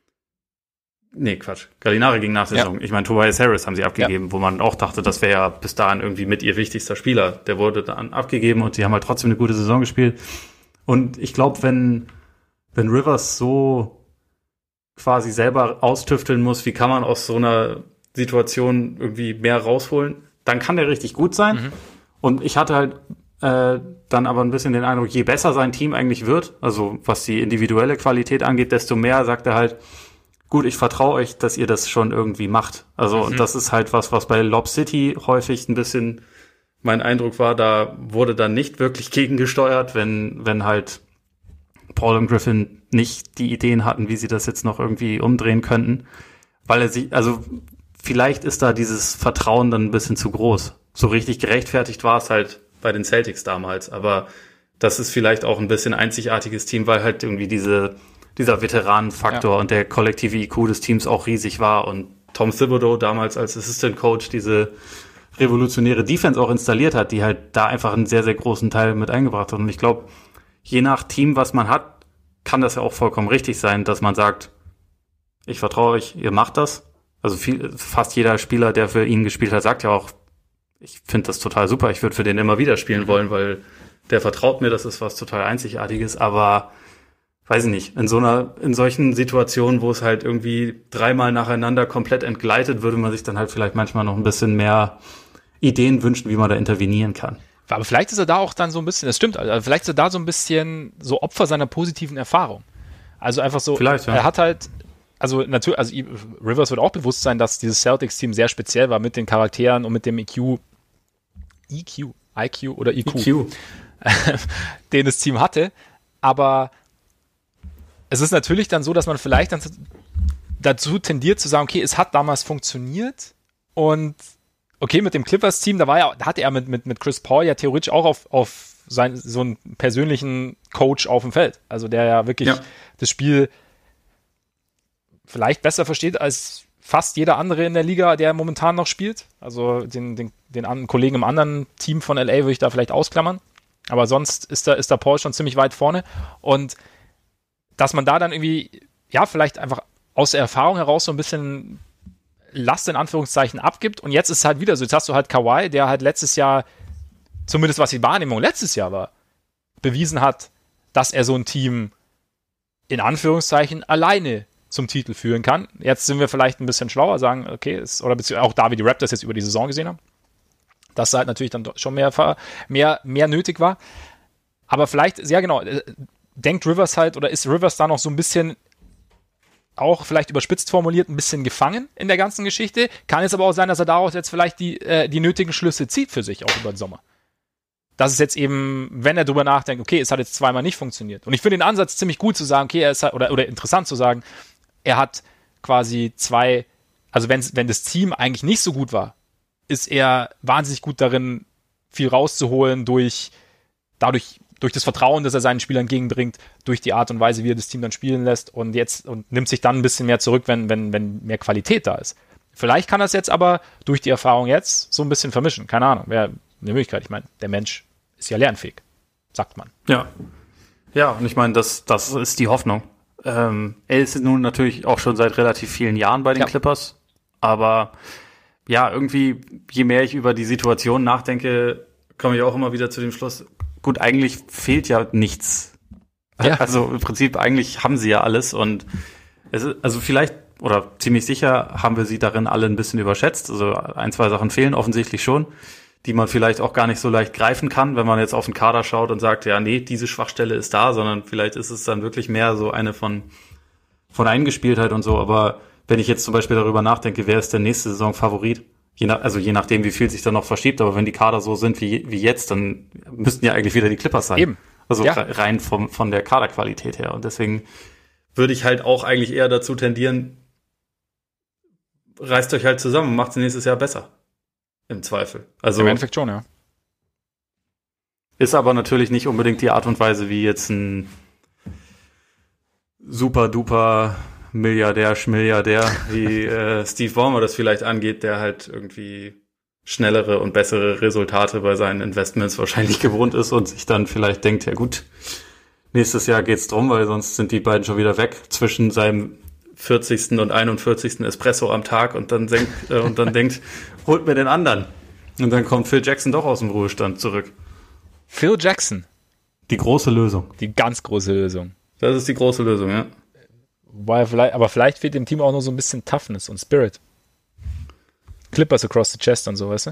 nee, Quatsch, Gallinari ging nach der ja. Saison. Ich meine, Tobias Harris haben sie abgegeben, ja. wo man auch dachte, das wäre ja bis dahin irgendwie mit ihr wichtigster Spieler. Der wurde dann abgegeben und sie haben halt trotzdem eine gute Saison gespielt. Und ich glaube, wenn, wenn Rivers so quasi selber austüfteln muss, wie kann man aus so einer Situation irgendwie mehr rausholen, dann kann der richtig gut sein. Mhm. Und ich hatte halt Äh, dann aber ein bisschen den Eindruck, je besser sein Team eigentlich wird, also was die individuelle Qualität angeht, desto mehr sagt er halt, gut, ich vertraue euch, dass ihr das schon irgendwie macht. Also mhm. und das ist halt was, was bei Lob City häufig ein bisschen mein Eindruck war, da wurde dann nicht wirklich gegengesteuert, wenn wenn halt Paul und Griffin nicht die Ideen hatten, wie sie das jetzt noch irgendwie umdrehen könnten, weil er sich, also vielleicht ist da dieses Vertrauen dann ein bisschen zu groß. So richtig gerechtfertigt war es halt bei den Celtics damals, aber das ist vielleicht auch ein bisschen einzigartiges Team, weil halt irgendwie diese dieser Veteranenfaktor ja. und der kollektive I Q des Teams auch riesig war und Tom Thibodeau damals als Assistant Coach diese revolutionäre Defense auch installiert hat, die halt da einfach einen sehr, sehr großen Teil mit eingebracht hat. Und ich glaube, je nach Team, was man hat, kann das ja auch vollkommen richtig sein, dass man sagt, ich vertraue euch, ihr macht das. Also viel, fast jeder Spieler, der für ihn gespielt hat, sagt ja auch, ich finde das total super, ich würde für den immer wieder spielen wollen, weil der vertraut mir, das ist was total Einzigartiges, aber weiß ich nicht, in so einer, in solchen Situationen, wo es halt irgendwie dreimal nacheinander komplett entgleitet, würde man sich dann halt vielleicht manchmal noch ein bisschen mehr Ideen wünschen, wie man da intervenieren kann. Aber vielleicht ist er da auch dann so ein bisschen, das stimmt, also vielleicht ist er da so ein bisschen so Opfer seiner positiven Erfahrung. Also einfach so, vielleicht, ja. er hat halt, also natürlich, also Rivers wird auch bewusst sein, dass dieses Celtics-Team sehr speziell war mit den Charakteren und mit dem I Q, I Q, I Q oder I Q, I Q. den das Team hatte. Aber es ist natürlich dann so, dass man vielleicht dann dazu tendiert zu sagen, okay, es hat damals funktioniert Und okay, mit dem Clippers-Team, da war ja, da hatte er mit, mit, mit Chris Paul ja theoretisch auch auf, auf sein, so einen persönlichen Coach auf dem Feld. Also der ja wirklich ja. das Spiel vielleicht besser versteht als fast jeder andere in der Liga, der momentan noch spielt. Also den, den, den anderen Kollegen im anderen Team von L A würde ich da vielleicht ausklammern. Aber sonst ist da, ist da Paul schon ziemlich weit vorne. Und dass man da dann irgendwie, ja, vielleicht einfach aus der Erfahrung heraus so ein bisschen Last in Anführungszeichen abgibt. Und jetzt ist es halt wieder so, jetzt hast du halt Kawhi, der halt letztes Jahr, zumindest was die Wahrnehmung letztes Jahr war, bewiesen hat, dass er so ein Team in Anführungszeichen alleine zum Titel führen kann. Jetzt sind wir vielleicht ein bisschen schlauer, sagen, okay, ist, oder beziehungsweise auch da, wie die Raptors jetzt über die Saison gesehen haben, dass halt natürlich dann schon mehr, mehr, mehr nötig war. Aber vielleicht, ja genau, denkt Rivers halt, oder ist Rivers da noch so ein bisschen, auch vielleicht überspitzt formuliert, ein bisschen gefangen in der ganzen Geschichte. Kann es aber auch sein, dass er daraus jetzt vielleicht die, äh, die nötigen Schlüsse zieht für sich, auch über den Sommer. Das ist jetzt eben, wenn er drüber nachdenkt, okay, es hat jetzt zweimal nicht funktioniert. Und ich finde den Ansatz ziemlich gut zu sagen, okay, er ist halt, oder, oder interessant zu sagen, er hat quasi zwei, also wenn, wenn das Team eigentlich nicht so gut war, ist er wahnsinnig gut darin, viel rauszuholen durch, dadurch, durch das Vertrauen, das er seinen Spielern entgegenbringt, durch die Art und Weise, wie er das Team dann spielen lässt und jetzt, und nimmt sich dann ein bisschen mehr zurück, wenn, wenn, wenn mehr Qualität da ist. Vielleicht kann er es jetzt aber durch die Erfahrung jetzt so ein bisschen vermischen. Keine Ahnung, wäre eine Möglichkeit. Ich meine, der Mensch ist ja lernfähig, sagt man. Ja. Ja, und ich meine, das, das ist die Hoffnung. Ähm, er ist nun natürlich auch schon seit relativ vielen Jahren bei den ja. Clippers, aber ja, irgendwie, je mehr ich über die Situation nachdenke, komme ich auch immer wieder zu dem Schluss, gut, eigentlich fehlt ja nichts. Ja. Also im Prinzip, eigentlich haben sie ja alles und es ist, also vielleicht, oder ziemlich sicher haben wir sie darin alle ein bisschen überschätzt. Also ein, zwei Sachen fehlen offensichtlich schon, die man vielleicht auch gar nicht so leicht greifen kann, wenn man jetzt auf den Kader schaut und sagt, ja, nee, diese Schwachstelle ist da, sondern vielleicht ist es dann wirklich mehr so eine von, von Eingespieltheit und so. Aber wenn ich jetzt zum Beispiel darüber nachdenke, wer ist der nächste Saison Favorit? Je nach, also je nachdem, wie viel sich dann noch verschiebt, aber wenn die Kader so sind wie, wie jetzt, dann müssten ja eigentlich wieder die Clippers sein. Eben. Also ja. rein vom, von der Kaderqualität her. Und deswegen würde ich halt auch eigentlich eher dazu tendieren, reißt euch halt zusammen und macht es nächstes Jahr besser. Im Zweifel. Also, im Endeffekt schon, ja. Ist aber natürlich nicht unbedingt die Art und Weise, wie jetzt ein super duper Milliardär, Schmilliardär, wie äh, Steve Ballmer das vielleicht angeht, der halt irgendwie schnellere und bessere Resultate bei seinen Investments wahrscheinlich gewohnt ist und sich dann vielleicht denkt, ja gut, nächstes Jahr geht's drum, weil sonst sind die beiden schon wieder weg zwischen seinem vierzigsten und einundvierzigsten Espresso am Tag und dann denkt, äh, und dann denkt, holt mir den anderen. Und dann kommt Phil Jackson doch aus dem Ruhestand zurück. Phil Jackson? Die große Lösung. Die ganz große Lösung. Das ist die große Lösung, ja. Wobei vielleicht, aber vielleicht fehlt dem Team auch noch so ein bisschen Toughness und Spirit. Clippers across the chest und so, weißt du?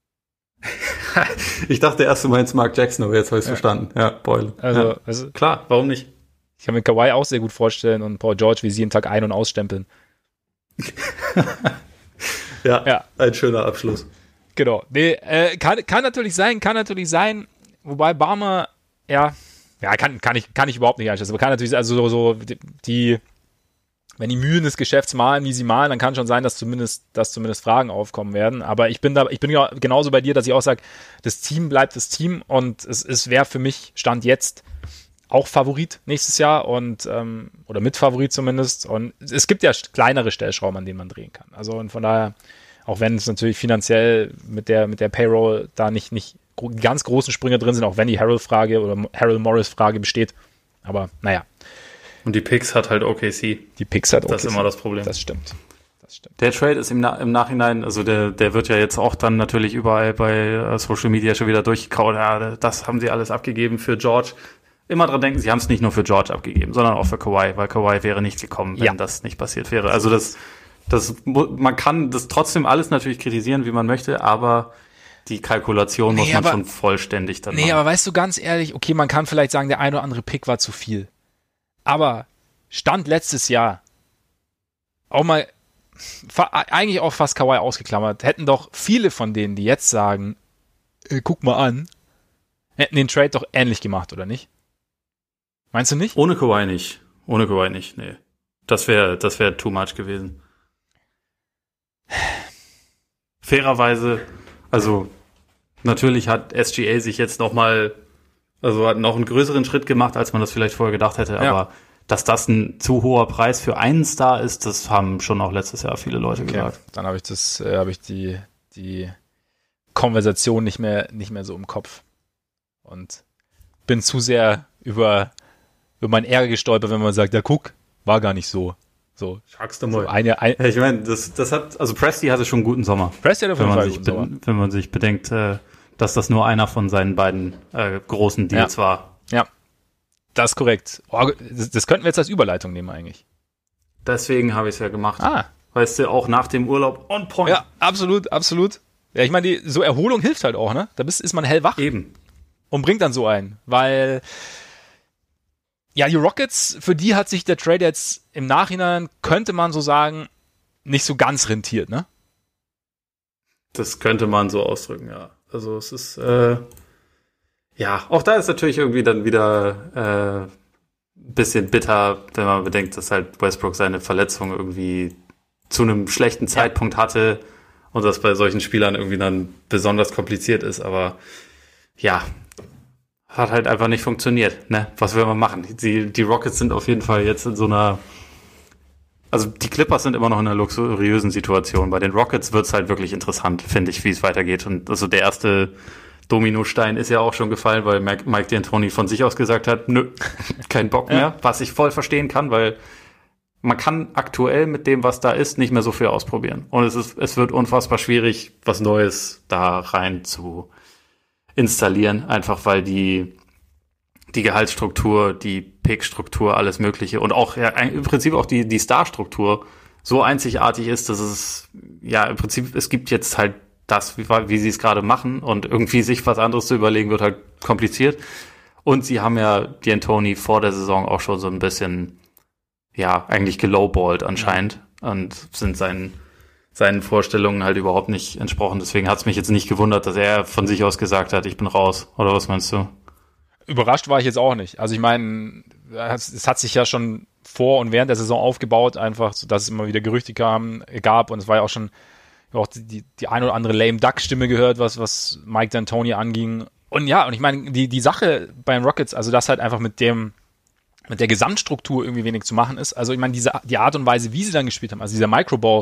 Ich dachte erst, du meinst Mark Jackson, aber jetzt habe ich es ja. verstanden. Ja, Boyle. Also, ja. also, klar, warum nicht? Ich kann mir Kawhi auch sehr gut vorstellen und Paul George, wie sie jeden Tag ein- und ausstempeln. ja, ja, ein schöner Abschluss. Genau. Nee, äh, kann, kann natürlich sein, kann natürlich sein, wobei Ballmer, ja, ja, kann, kann ich, kann ich überhaupt nicht einschätzen, aber kann natürlich, also so, so die, wenn die Mühen des Geschäfts malen, wie sie malen, dann kann schon sein, dass zumindest, dass zumindest Fragen aufkommen werden. Aber ich bin da, ich bin ja genauso bei dir, dass ich auch sage, das Team bleibt das Team und es, es wäre für mich Stand jetzt auch Favorit nächstes Jahr und ähm, oder Mitfavorit zumindest. Und es gibt ja kleinere Stellschrauben, an denen man drehen kann. Also und von daher, auch wenn es natürlich finanziell mit der mit der Payroll da nicht nicht ganz großen Sprünge drin sind, auch wenn die Harrell-Frage oder Harrell-Morris-Frage besteht. Aber naja. Und die Picks hat halt O K C. Die Picks hat O K C. Das ist immer das Problem. Das stimmt. Das stimmt. Der Trade ist im, Na- im Nachhinein, also der, der wird ja jetzt auch dann natürlich überall bei Social Media schon wieder durchgekaut. Ja, das haben sie alles abgegeben für George. Immer dran denken, sie haben es nicht nur für George abgegeben, sondern auch für Kawhi, weil Kawhi wäre nicht gekommen, wenn ja. das nicht passiert wäre. Also das, das, man kann das trotzdem alles natürlich kritisieren, wie man möchte, aber die Kalkulation nee, muss man aber, schon vollständig dann nee, machen. Nee, aber weißt du, ganz ehrlich, okay, man kann vielleicht sagen, der ein oder andere Pick war zu viel. Aber Stand letztes Jahr, auch mal, eigentlich auch fast Kawhi ausgeklammert, hätten doch viele von denen, die jetzt sagen, äh, guck mal an, hätten den Trade doch ähnlich gemacht, oder nicht? Meinst du nicht? Ohne Kawhi nicht. Ohne Kawhi nicht, nee. Das wäre das wäre too much gewesen. fairerweise, also natürlich hat S G A sich jetzt noch mal, also hat noch einen größeren Schritt gemacht, als man das vielleicht vorher gedacht hätte, ja. Aber dass das ein zu hoher Preis für einen Star ist, das haben schon auch letztes Jahr viele Leute okay. gesagt. Dann habe ich das, äh, habe ich die, die Konversation nicht mehr, nicht mehr so im Kopf. Und bin zu sehr über, über meinen Ärger gestolpert, wenn man sagt, ja guck, war gar nicht so. So, sagst du mal. So eine, ein, ja, ich meine, das, das hat, also Presti hatte schon einen guten Sommer. Presti hat auf jeden Fall einen guten be- Sommer. Wenn man sich bedenkt, äh, dass das nur einer von seinen beiden äh, großen Deals ja. war. Ja. Das ist korrekt. Oh, das, das könnten wir jetzt als Überleitung nehmen eigentlich. Deswegen habe ich es ja gemacht. Ah. Weißt du, auch nach dem Urlaub on point. Ja, absolut, absolut. Ja, ich meine, so Erholung hilft halt auch, ne? Da bist, ist man hellwach. Eben. Und bringt dann so ein. Weil, ja, die Rockets, für die hat sich der Trade jetzt im Nachhinein, könnte man so sagen, nicht so ganz rentiert, ne? Das könnte man so ausdrücken, ja. Also es ist, äh, ja, auch da ist natürlich irgendwie dann wieder äh, ein bisschen bitter, wenn man bedenkt, dass halt Westbrook seine Verletzung irgendwie zu einem schlechten Zeitpunkt ja. hatte und das bei solchen Spielern irgendwie dann besonders kompliziert ist, aber ja, hat halt einfach nicht funktioniert, ne? Was will man machen? Die, die Rockets sind auf jeden Fall jetzt in so einer, also die Clippers sind immer noch in einer luxuriösen Situation. Bei den Rockets wird's halt wirklich interessant, finde ich, wie es weitergeht. Und also der erste Dominostein ist ja auch schon gefallen, weil Mike D'Antoni von sich aus gesagt hat, nö, kein Bock mehr, ja. Was ich voll verstehen kann, weil man kann aktuell mit dem, was da ist, nicht mehr so viel ausprobieren. Und es ist, es wird unfassbar schwierig, was Neues da rein zu installieren, einfach weil die, die Gehaltsstruktur, die Pick-Struktur, alles Mögliche und auch ja, im Prinzip auch die, die Star-Struktur so einzigartig ist, dass es, ja, im Prinzip, es gibt jetzt halt das, wie, wie sie es gerade machen und irgendwie sich was anderes zu überlegen, wird halt kompliziert. Und sie haben ja D'Antoni vor der Saison auch schon so ein bisschen, ja, eigentlich gelowballt anscheinend ja. und sind seinen, seinen Vorstellungen halt überhaupt nicht entsprochen. Deswegen hat es mich jetzt nicht gewundert, dass er von sich aus gesagt hat, ich bin raus. Oder was meinst du? Überrascht war ich jetzt auch nicht. Also ich meine, es hat sich ja schon vor und während der Saison aufgebaut, einfach, dass es immer wieder Gerüchte kam, gab und es war ja auch schon auch die, die ein oder andere lame Duck-Stimme gehört, was, was Mike D'Antoni anging. Und ja, und ich meine, die, die Sache bei den Rockets, also das halt einfach mit dem, mit der Gesamtstruktur irgendwie wenig zu machen ist. Also ich meine, diese, die Art und Weise, wie sie dann gespielt haben, also dieser Microball,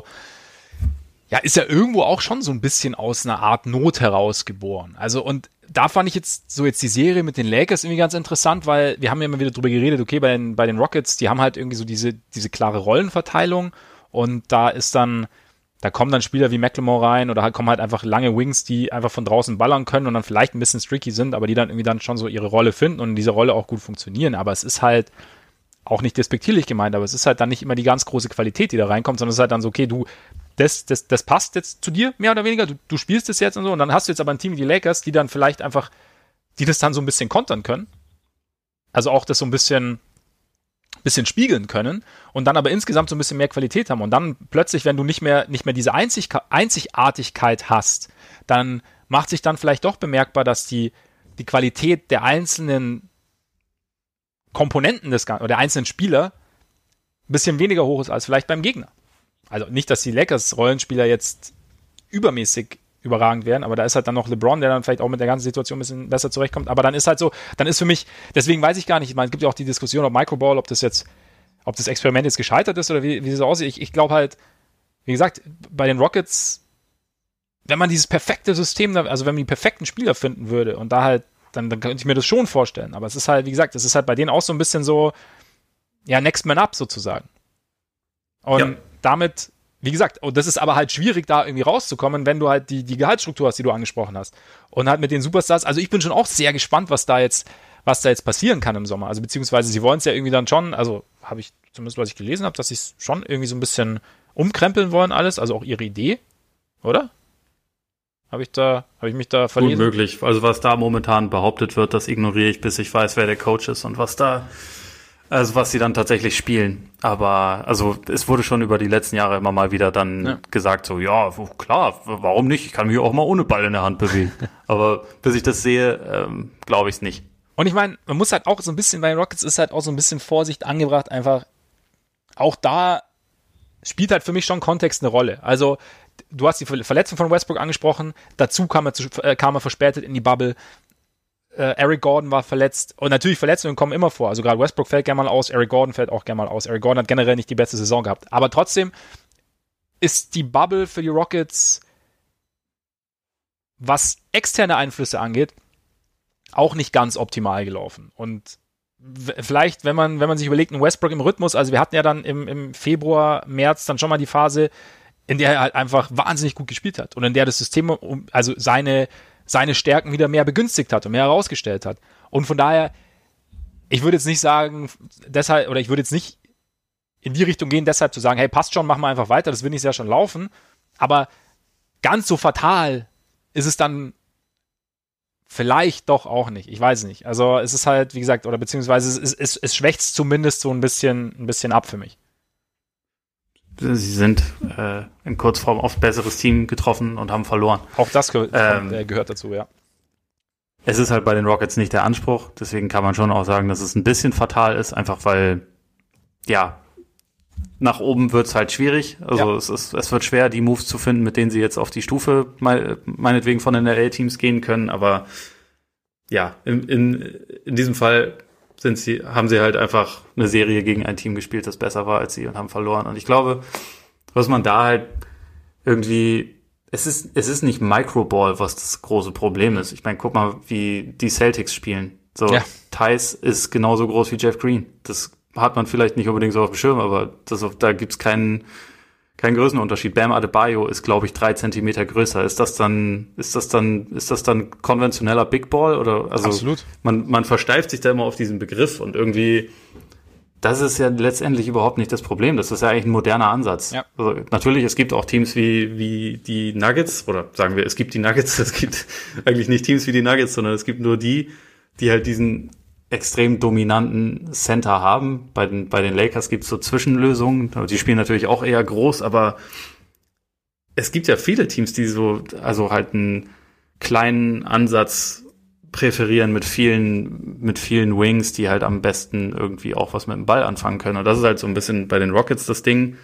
ja, ist ja irgendwo auch schon so ein bisschen aus einer Art Not heraus geboren. Also und da fand ich jetzt so jetzt die Serie mit den Lakers irgendwie ganz interessant, weil wir haben ja immer wieder drüber geredet, okay, bei den, bei den Rockets, die haben halt irgendwie so diese, diese klare Rollenverteilung und da ist dann Da kommen dann Spieler wie McLemore rein oder halt kommen halt einfach lange Wings, die einfach von draußen ballern können und dann vielleicht ein bisschen streaky sind, aber die dann irgendwie dann schon so ihre Rolle finden und in dieser Rolle auch gut funktionieren. Aber es ist halt auch nicht despektierlich gemeint, aber es ist halt dann nicht immer die ganz große Qualität, die da reinkommt, sondern es ist halt dann so, okay, du, das, das, das passt jetzt zu dir, mehr oder weniger, du, du spielst es jetzt und so und dann hast du jetzt aber ein Team wie die Lakers, die dann vielleicht einfach, die das dann so ein bisschen kontern können. Also auch das so ein bisschen bisschen spiegeln können und dann aber insgesamt so ein bisschen mehr Qualität haben und dann plötzlich, wenn du nicht mehr nicht mehr diese Einzig- Einzigartigkeit hast, dann macht sich dann vielleicht doch bemerkbar, dass die, die Qualität der einzelnen Komponenten des oder der einzelnen Spieler ein bisschen weniger hoch ist als vielleicht beim Gegner. Also nicht, dass die Lakers-Rollenspieler jetzt übermäßig überragend werden, aber da ist halt dann noch LeBron, der dann vielleicht auch mit der ganzen Situation ein bisschen besser zurechtkommt, aber dann ist halt so, dann ist für mich, deswegen weiß ich gar nicht, ich meine, es gibt ja auch die Diskussion, ob Microball, ob das jetzt, ob das Experiment jetzt gescheitert ist oder wie, wie das aussieht. Ich, ich glaube halt, wie gesagt, bei den Rockets, wenn man dieses perfekte System, also wenn man die perfekten Spieler finden würde und da halt, dann, dann könnte ich mir das schon vorstellen, aber es ist halt, wie gesagt, es ist halt bei denen auch so ein bisschen so, ja, Next Man Up sozusagen. Und ja. damit Wie gesagt, und das ist aber halt schwierig, da irgendwie rauszukommen, wenn du halt die, die Gehaltsstruktur hast, die du angesprochen hast. Und halt mit den Superstars, also ich bin schon auch sehr gespannt, was da jetzt, was da jetzt passieren kann im Sommer. Also beziehungsweise sie wollen es ja irgendwie dann schon, also habe ich zumindest, was ich gelesen habe, dass sie es schon irgendwie so ein bisschen umkrempeln wollen alles, also auch ihre Idee, oder? Habe ich da, habe ich mich da verlesen? Gut möglich. Also was da momentan behauptet wird, das ignoriere ich, bis ich weiß, wer der Coach ist und was da Also was sie dann tatsächlich spielen. Aber also es wurde schon über die letzten Jahre immer mal wieder dann ja. gesagt, so ja, klar, warum nicht? Ich kann mich auch mal ohne Ball in der Hand bewegen. Aber bis ich das sehe, ähm, glaube ich es nicht. Und ich meine, man muss halt auch so ein bisschen, bei den Rockets ist halt auch so ein bisschen Vorsicht angebracht, einfach auch da spielt halt für mich schon Kontext eine Rolle. Also du hast die Verletzung von Westbrook angesprochen, dazu kam er, zu, äh, kam er verspätet in die Bubble. Äh, Eric Gordon war verletzt und natürlich Verletzungen kommen immer vor, also gerade Westbrook fällt gerne mal aus, Eric Gordon fällt auch gerne mal aus. Eric Gordon hat generell nicht die beste Saison gehabt, aber trotzdem ist die Bubble für die Rockets, was externe Einflüsse angeht, auch nicht ganz optimal gelaufen. Und w- vielleicht, wenn man, wenn man sich überlegt, ein Westbrook im Rhythmus, also wir hatten ja dann im, im Februar, März dann schon mal die Phase, in der er halt einfach wahnsinnig gut gespielt hat und in der das System, also seine, seine Stärken wieder mehr begünstigt hat und mehr herausgestellt hat. Und von daher, ich würde jetzt nicht sagen, deshalb, oder ich würde jetzt nicht in die Richtung gehen, deshalb zu sagen, hey, passt schon, machen wir einfach weiter, das wird nicht sehr schon laufen, aber ganz so fatal ist es dann vielleicht doch auch nicht. Ich weiß nicht. Also es ist halt, wie gesagt, oder beziehungsweise es, es, es schwächt zumindest so ein bisschen, ein bisschen ab für mich. Sie sind äh, in Kurzform auf ein besseres Team getroffen und haben verloren. Auch das ge- ähm, äh, gehört dazu, ja. Es ist halt bei den Rockets nicht der Anspruch, deswegen kann man schon auch sagen, dass es ein bisschen fatal ist, einfach weil, ja, nach oben wird's halt schwierig. Also Ja. es ist, es wird schwer, die Moves zu finden, mit denen sie jetzt auf die Stufe me- meinetwegen von den L A-Teams gehen können. Aber ja, in, in, in diesem Fall sind sie, haben sie halt einfach eine Serie gegen ein Team gespielt, das besser war als sie und haben verloren. Und ich glaube, was man da halt irgendwie, es ist, es ist nicht Microball, was das große Problem ist. Ich meine, guck mal, wie die Celtics spielen. So, Ja. Theis ist genauso groß wie Jeff Green. Das hat man vielleicht nicht unbedingt so auf dem Schirm, aber das, da gibt's keinen, keinen Größenunterschied. Bam Adebayo ist, glaube ich, drei Zentimeter größer. Ist das dann, ist das dann, ist das dann konventioneller Big Ball oder, also, Absolut. man, man versteift sich da immer auf diesen Begriff und irgendwie, das ist ja letztendlich überhaupt nicht das Problem. Das ist ja eigentlich ein moderner Ansatz. Ja. Also, natürlich, es gibt auch Teams wie, wie die Nuggets, oder sagen wir, es gibt die Nuggets, es gibt eigentlich nicht Teams wie die Nuggets, sondern es gibt nur die, die halt diesen extrem dominanten Center haben. Bei den, bei den Lakers gibt's so Zwischenlösungen. Die spielen natürlich auch eher groß, aber es gibt ja viele Teams, die so, also halt einen kleinen Ansatz präferieren mit vielen, mit vielen Wings, die halt am besten irgendwie auch was mit dem Ball anfangen können. Und das ist halt so ein bisschen bei den Rockets das Ding.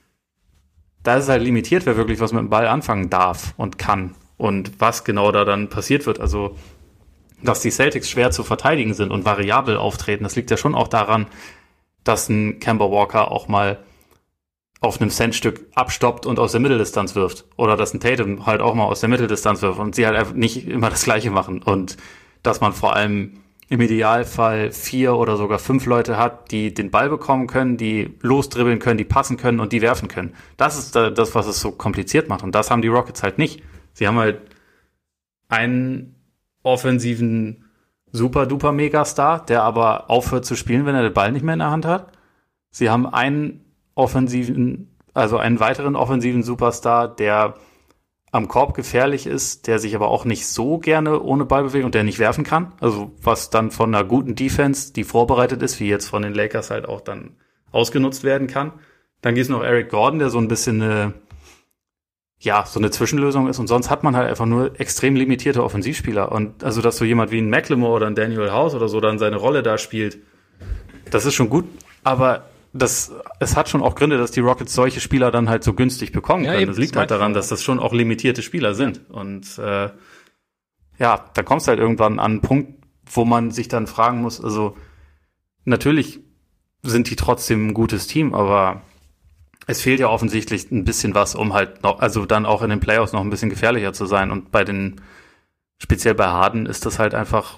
Da ist es halt limitiert, wer wirklich was mit dem Ball anfangen darf und kann. Und was genau da dann passiert wird. Also, dass die Celtics schwer zu verteidigen sind und variabel auftreten, das liegt ja schon auch daran, dass ein Kemba Walker auch mal auf einem Centstück abstoppt und aus der Mitteldistanz wirft. Oder dass ein Tatum halt auch mal aus der Mitteldistanz wirft und sie halt einfach nicht immer das Gleiche machen. Und dass man vor allem im Idealfall vier oder sogar fünf Leute hat, die den Ball bekommen können, die losdribbeln können, die passen können und die werfen können. Das ist das, was es so kompliziert macht. Und das haben die Rockets halt nicht. Sie haben halt einen offensiven Super-Duper-Megastar, der aber aufhört zu spielen, wenn er den Ball nicht mehr in der Hand hat. Sie haben einen offensiven, also einen weiteren offensiven Superstar, der am Korb gefährlich ist, der sich aber auch nicht so gerne ohne Ball bewegt und der nicht werfen kann. Also was dann von einer guten Defense, die vorbereitet ist, wie jetzt von den Lakers halt auch dann ausgenutzt werden kann. Dann gibt es noch Eric Gordon, der so ein bisschen eine ja, so eine Zwischenlösung ist und sonst hat man halt einfach nur extrem limitierte Offensivspieler und also, dass so jemand wie ein McLemore oder ein Daniel House oder so dann seine Rolle da spielt, das ist schon gut, aber das, es hat schon auch Gründe, dass die Rockets solche Spieler dann halt so günstig bekommen können. Ja, eben, das liegt halt daran, dass das schon auch limitierte Spieler sind und äh, ja, da kommst du halt irgendwann an einen Punkt, wo man sich dann fragen muss, also natürlich sind die trotzdem ein gutes Team, aber es fehlt ja offensichtlich ein bisschen was, um halt noch, also dann auch in den Playoffs noch ein bisschen gefährlicher zu sein. Und bei den, speziell bei Harden, ist das halt einfach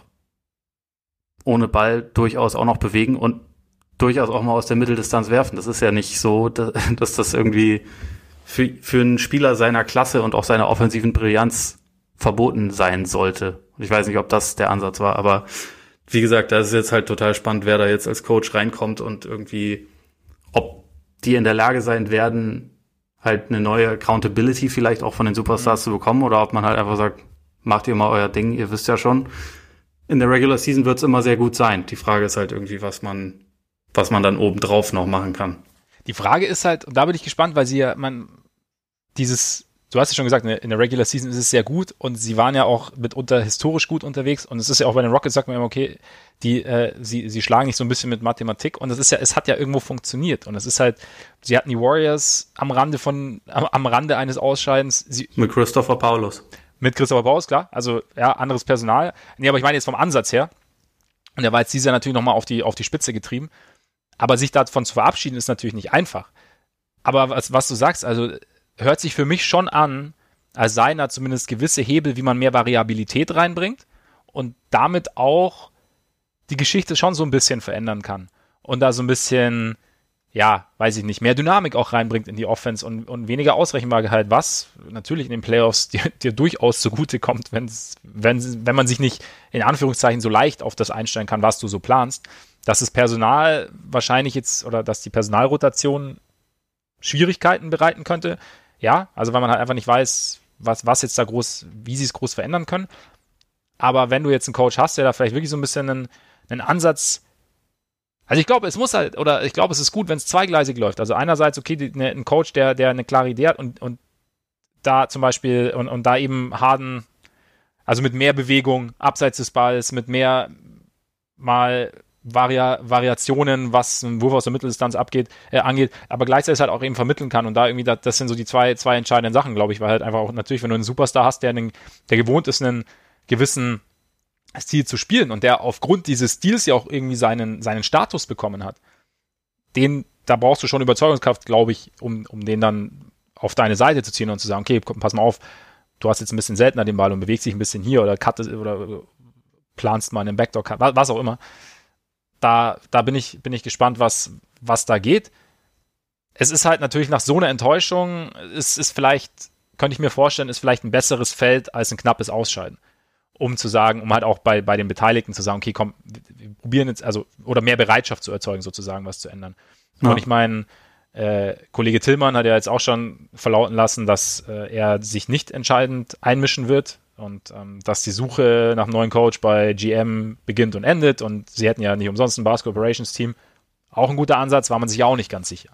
ohne Ball durchaus auch noch bewegen und durchaus auch mal aus der Mitteldistanz werfen. Das ist ja nicht so, dass das irgendwie für, für einen Spieler seiner Klasse und auch seiner offensiven Brillanz verboten sein sollte. Und ich weiß nicht, ob das der Ansatz war, aber wie gesagt, da ist es jetzt halt total spannend, wer da jetzt als Coach reinkommt und irgendwie, ob die in der Lage sein werden, halt eine neue Accountability vielleicht auch von den Superstars mhm. zu bekommen oder ob man halt einfach sagt, macht ihr mal euer Ding, ihr wisst ja schon, in der Regular Season wird es immer sehr gut sein. Die Frage ist halt irgendwie, was man, was man dann obendrauf noch machen kann. Die Frage ist halt, und da bin ich gespannt, weil sie ja, man, dieses du hast ja schon gesagt, in der Regular Season ist es sehr gut und sie waren ja auch mitunter historisch gut unterwegs und es ist ja auch bei den Rockets, sagt man immer, okay, die, äh, sie, sie schlagen nicht so ein bisschen mit Mathematik und es ist ja, es hat ja irgendwo funktioniert und es ist halt, sie hatten die Warriors am Rande von, am, am Rande eines Ausscheidens. Sie, mit Christopher Paulus. Mit Christopher Paulus, klar, also ja, anderes Personal. Nee, aber ich meine jetzt vom Ansatz her und der war jetzt dieser natürlich nochmal auf die, auf die Spitze getrieben, aber sich davon zu verabschieden ist natürlich nicht einfach. Aber was, was du sagst, also hört sich für mich schon an, als seien da zumindest gewisse Hebel, wie man mehr Variabilität reinbringt und damit auch die Geschichte schon so ein bisschen verändern kann. Und da so ein bisschen, ja, weiß ich nicht, mehr Dynamik auch reinbringt in die Offense und, und weniger Ausrechenbarkeit, was natürlich in den Playoffs dir, dir durchaus zugute kommt, wenn's, wenn, wenn man sich nicht in Anführungszeichen so leicht auf das einstellen kann, was du so planst. Dass das Personal wahrscheinlich jetzt, oder dass die Personalrotation Schwierigkeiten bereiten könnte, ja, also weil man halt einfach nicht weiß, was, was jetzt da groß, wie sie es groß verändern können. Aber wenn du jetzt einen Coach hast, der da vielleicht wirklich so ein bisschen einen, einen Ansatz, also ich glaube, es muss halt, oder ich glaube, es ist gut, wenn es zweigleisig läuft. Also einerseits, okay, die, ne, ein Coach, der, der eine klare Idee hat und, und da zum Beispiel, und, und da eben Harden, also mit mehr Bewegung, abseits des Balls, mit mehr mal Varia- Variationen, was ein Wurf aus der Mitteldistanz abgeht, äh, angeht, aber gleichzeitig halt auch eben vermitteln kann und da irgendwie, da, das sind so die zwei, zwei entscheidenden Sachen, glaube ich, weil halt einfach auch natürlich, wenn du einen Superstar hast, der, einen, der gewohnt ist, einen gewissen Stil zu spielen und der aufgrund dieses Stils ja auch irgendwie seinen, seinen Status bekommen hat, den, da brauchst du schon Überzeugungskraft, glaube ich, um, um den dann auf deine Seite zu ziehen und zu sagen, okay, komm, pass mal auf, du hast jetzt ein bisschen seltener den Ball und bewegst dich ein bisschen hier oder cut oder planst mal einen Backdoor-Cut, was auch immer. Da, da bin ich, bin ich gespannt, was, was da geht. Es ist halt natürlich nach so einer Enttäuschung, es ist vielleicht, könnte ich mir vorstellen, ist vielleicht ein besseres Feld als ein knappes Ausscheiden. Um zu sagen, um halt auch bei, bei den Beteiligten zu sagen, okay, komm, wir probieren jetzt, also, oder mehr Bereitschaft zu erzeugen, sozusagen, was zu ändern. Ja. Und ich meine, äh, Kollege Tillmann hat ja jetzt auch schon verlauten lassen, dass äh, er sich nicht entscheidend einmischen wird und ähm, dass die Suche nach einem neuen Coach bei G M beginnt und endet und sie hätten ja nicht umsonst ein Basketball Operations Team. Auch ein guter Ansatz, war man sich ja auch nicht ganz sicher.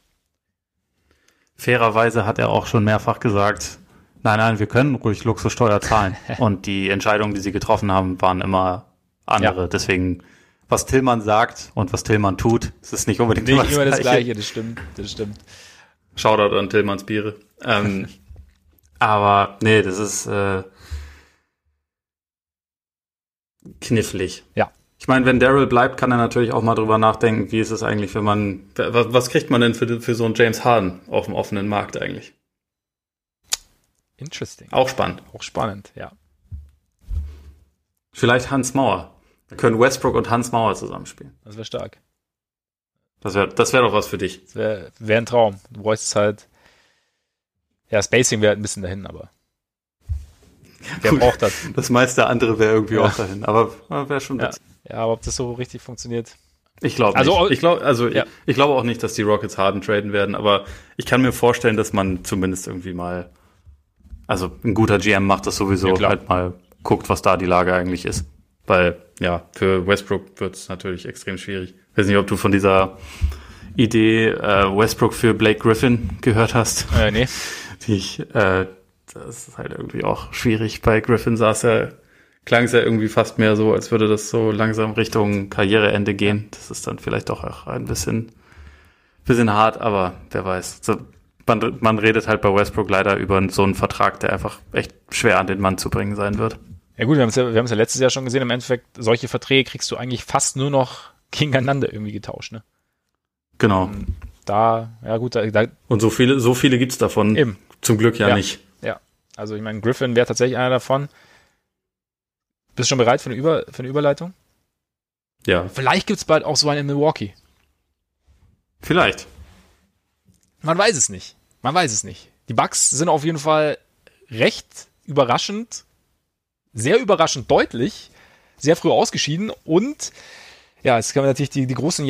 Fairerweise hat er auch schon mehrfach gesagt, nein, nein, wir können ruhig Luxussteuer zahlen. Und die Entscheidungen, die sie getroffen haben, waren immer andere. Ja. Deswegen, was Tillmann sagt und was Tillmann tut, ist es nicht unbedingt nicht immer das, immer das Gleiche. Gleiche. Das stimmt, das stimmt. Shoutout an Tillmanns Biere. Ähm, aber nee, das ist äh, knifflig. Ja. Ich meine, wenn Daryl bleibt, kann er natürlich auch mal drüber nachdenken, wie ist es eigentlich, wenn man, was, was kriegt man denn für, für so einen James Harden auf dem offenen Markt eigentlich? Interesting. Auch spannend. Auch spannend, ja. Vielleicht Hans Mauer. Da können Westbrook und Hans Mauer zusammenspielen. Das wäre stark. Das wäre das wär doch was für dich. Das wäre wär ein Traum. Du bräuchtest halt, ja, Spacing wäre halt ein bisschen dahin, aber wer braucht das? Das meiste andere wäre irgendwie ja. auch dahin, aber wäre schon ja. ja, aber ob das so richtig funktioniert? Ich glaube also, nicht. Ich glaube also ja. ich, ich glaube auch nicht, dass die Rockets Harden traden werden, aber ich kann mir vorstellen, dass man zumindest irgendwie mal, also ein guter G M macht das sowieso, ja, halt mal guckt, was da die Lage eigentlich ist. Weil, ja, für Westbrook wird es natürlich extrem schwierig. Ich weiß nicht, ob du von dieser Idee äh, Westbrook für Blake Griffin gehört hast. Äh, nee. Die ich, äh, das ist halt irgendwie auch schwierig. Bei Griffin saß er, klang es ja irgendwie fast mehr so, als würde das so langsam Richtung Karriereende gehen. Das ist dann vielleicht doch auch ein bisschen, bisschen hart, aber wer weiß. So, man, man redet halt bei Westbrook leider über so einen Vertrag, der einfach echt schwer an den Mann zu bringen sein wird. Ja gut, wir haben es ja, wir haben es ja letztes Jahr schon gesehen, im Endeffekt, solche Verträge kriegst du eigentlich fast nur noch gegeneinander irgendwie getauscht, ne? Genau. Und da, ja gut, da, da und so viele, so viele gibt's davon eben. Zum Glück ja, ja nicht. Ja, also ich meine, Griffin wäre tatsächlich einer davon. Bist du schon bereit für eine, Über, für eine Überleitung? Ja. Vielleicht gibt's bald auch so einen in Milwaukee. Vielleicht. Man weiß es nicht. Man weiß es nicht. Die Bucks sind auf jeden Fall recht überraschend, sehr überraschend deutlich, sehr früh ausgeschieden und ja, jetzt kann man natürlich die, die großen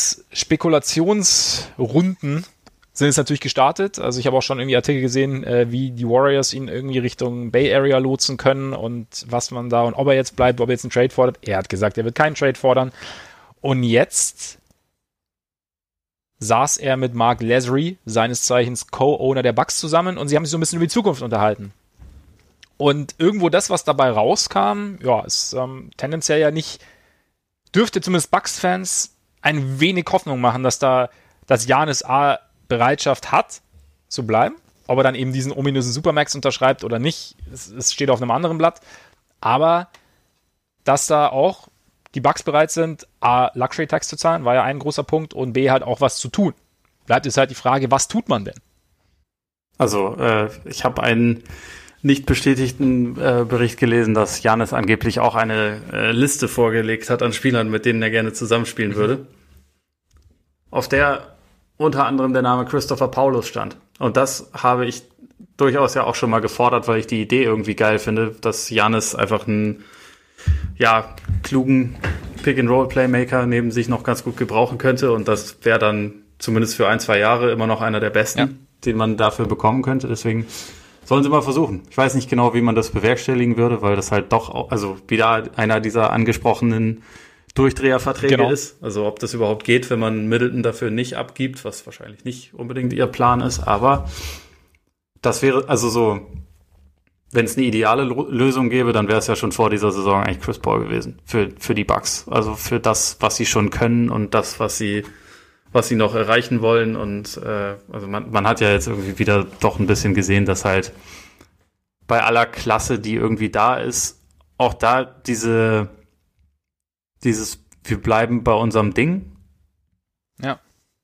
Giannis-Spekulationsrunden sind jetzt natürlich gestartet. Also ich habe auch schon irgendwie Artikel gesehen, äh, wie die Warriors ihn irgendwie Richtung Bay Area lotsen können und was man da und ob er jetzt bleibt, ob er jetzt einen Trade fordert. Er hat gesagt, er wird keinen Trade fordern. Und jetzt saß er mit Mark Lasry, seines Zeichens Co-Owner der Bucks, zusammen und sie haben sich so ein bisschen über die Zukunft unterhalten. Und irgendwo das, was dabei rauskam, ja, ist ähm, tendenziell ja nicht, dürfte zumindest Bucks-Fans ein wenig Hoffnung machen, dass da, dass Giannis A Bereitschaft hat, zu bleiben. Ob er dann eben diesen ominösen Supermax unterschreibt oder nicht, es, es steht auf einem anderen Blatt. Aber dass da auch die Bucks bereit sind, A, Luxury-Tax zu zahlen, war ja ein großer Punkt, und B, halt auch was zu tun. Bleibt jetzt halt die Frage, was tut man denn? Also, äh, ich habe einen nicht bestätigten äh, Bericht gelesen, dass Giannis angeblich auch eine äh, Liste vorgelegt hat an Spielern, mit denen er gerne zusammenspielen mhm. würde. Auf der unter anderem der Name Christopher Paulus stand. Und das habe ich durchaus ja auch schon mal gefordert, weil ich die Idee irgendwie geil finde, dass Giannis einfach einen ja, klugen Pick-and-Roll-Playmaker neben sich noch ganz gut gebrauchen könnte. Und das wäre dann zumindest für ein, zwei Jahre immer noch einer der besten, ja. den man dafür bekommen könnte. Deswegen sollen sie mal versuchen. Ich weiß nicht genau, wie man das bewerkstelligen würde, weil das halt doch, auch, also wieder einer dieser angesprochenen Durchdreherverträge genau. ist. Also ob das überhaupt geht, wenn man Middleton dafür nicht abgibt, was wahrscheinlich nicht unbedingt ihr Plan ist. Aber das wäre, also so, wenn es eine ideale Lo- Lösung gäbe, dann wäre es ja schon vor dieser Saison eigentlich Chris Paul gewesen für für die Bucks. Also für das, was sie schon können und das, was sie was sie noch erreichen wollen. Und äh, also man, man hat ja jetzt irgendwie wieder doch ein bisschen gesehen, dass halt bei aller Klasse, die irgendwie da ist, auch da diese dieses, wir bleiben bei unserem Ding. Ja.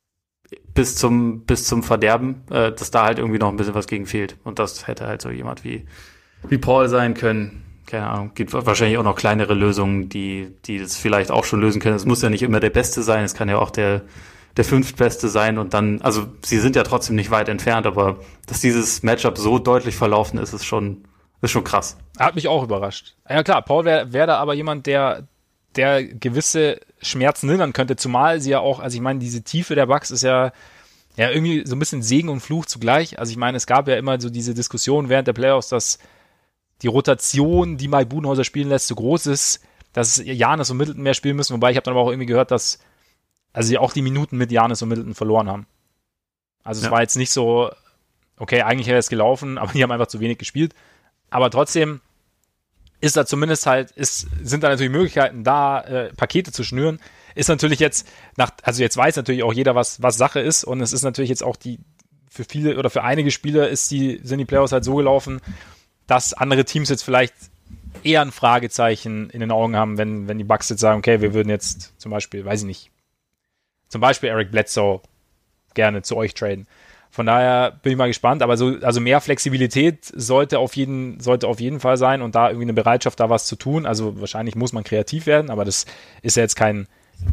Bis zum, bis zum Verderben, äh, dass da halt irgendwie noch ein bisschen was gegen fehlt. Und das hätte halt so jemand wie, wie Paul sein können. Keine Ahnung. Gibt wahrscheinlich auch noch kleinere Lösungen, die, die das vielleicht auch schon lösen können. Es muss ja nicht immer der Beste sein. Es kann ja auch der, der Fünftbeste sein. Und dann, also, sie sind ja trotzdem nicht weit entfernt, aber dass dieses Matchup so deutlich verlaufen ist, ist schon, ist schon krass. Hat mich auch überrascht. Ja, klar, Paul wäre wär da aber jemand, der, der gewisse Schmerzen lindern könnte, zumal sie ja auch, also ich meine, diese Tiefe der Bucks ist ja, ja irgendwie so ein bisschen Segen und Fluch zugleich. Also ich meine, es gab ja immer so diese Diskussion während der Playoffs, dass die Rotation, die Mike Budenholzer spielen lässt, so groß ist, dass Giannis und Middleton mehr spielen müssen, wobei ich habe dann aber auch irgendwie gehört, dass also sie auch die Minuten mit Giannis und Middleton verloren haben. Also es ja. war jetzt nicht so, okay, eigentlich wäre es gelaufen, aber die haben einfach zu wenig gespielt. Aber trotzdem ist da zumindest halt, ist, sind da natürlich Möglichkeiten da, äh, Pakete zu schnüren. Ist natürlich jetzt, nach, also jetzt weiß natürlich auch jeder, was, was Sache ist, und es ist natürlich jetzt auch die, für viele oder für einige Spieler ist die, sind die Playoffs halt so gelaufen, dass andere Teams jetzt vielleicht eher ein Fragezeichen in den Augen haben, wenn, wenn die Bucks jetzt sagen, okay, wir würden jetzt zum Beispiel, weiß ich nicht, zum Beispiel Eric Bledsoe gerne zu euch traden. Von daher bin ich mal gespannt, aber so, also mehr Flexibilität sollte auf jeden, sollte auf jeden Fall sein und da irgendwie eine Bereitschaft, da was zu tun. Also wahrscheinlich muss man kreativ werden, aber das ist ja jetzt kein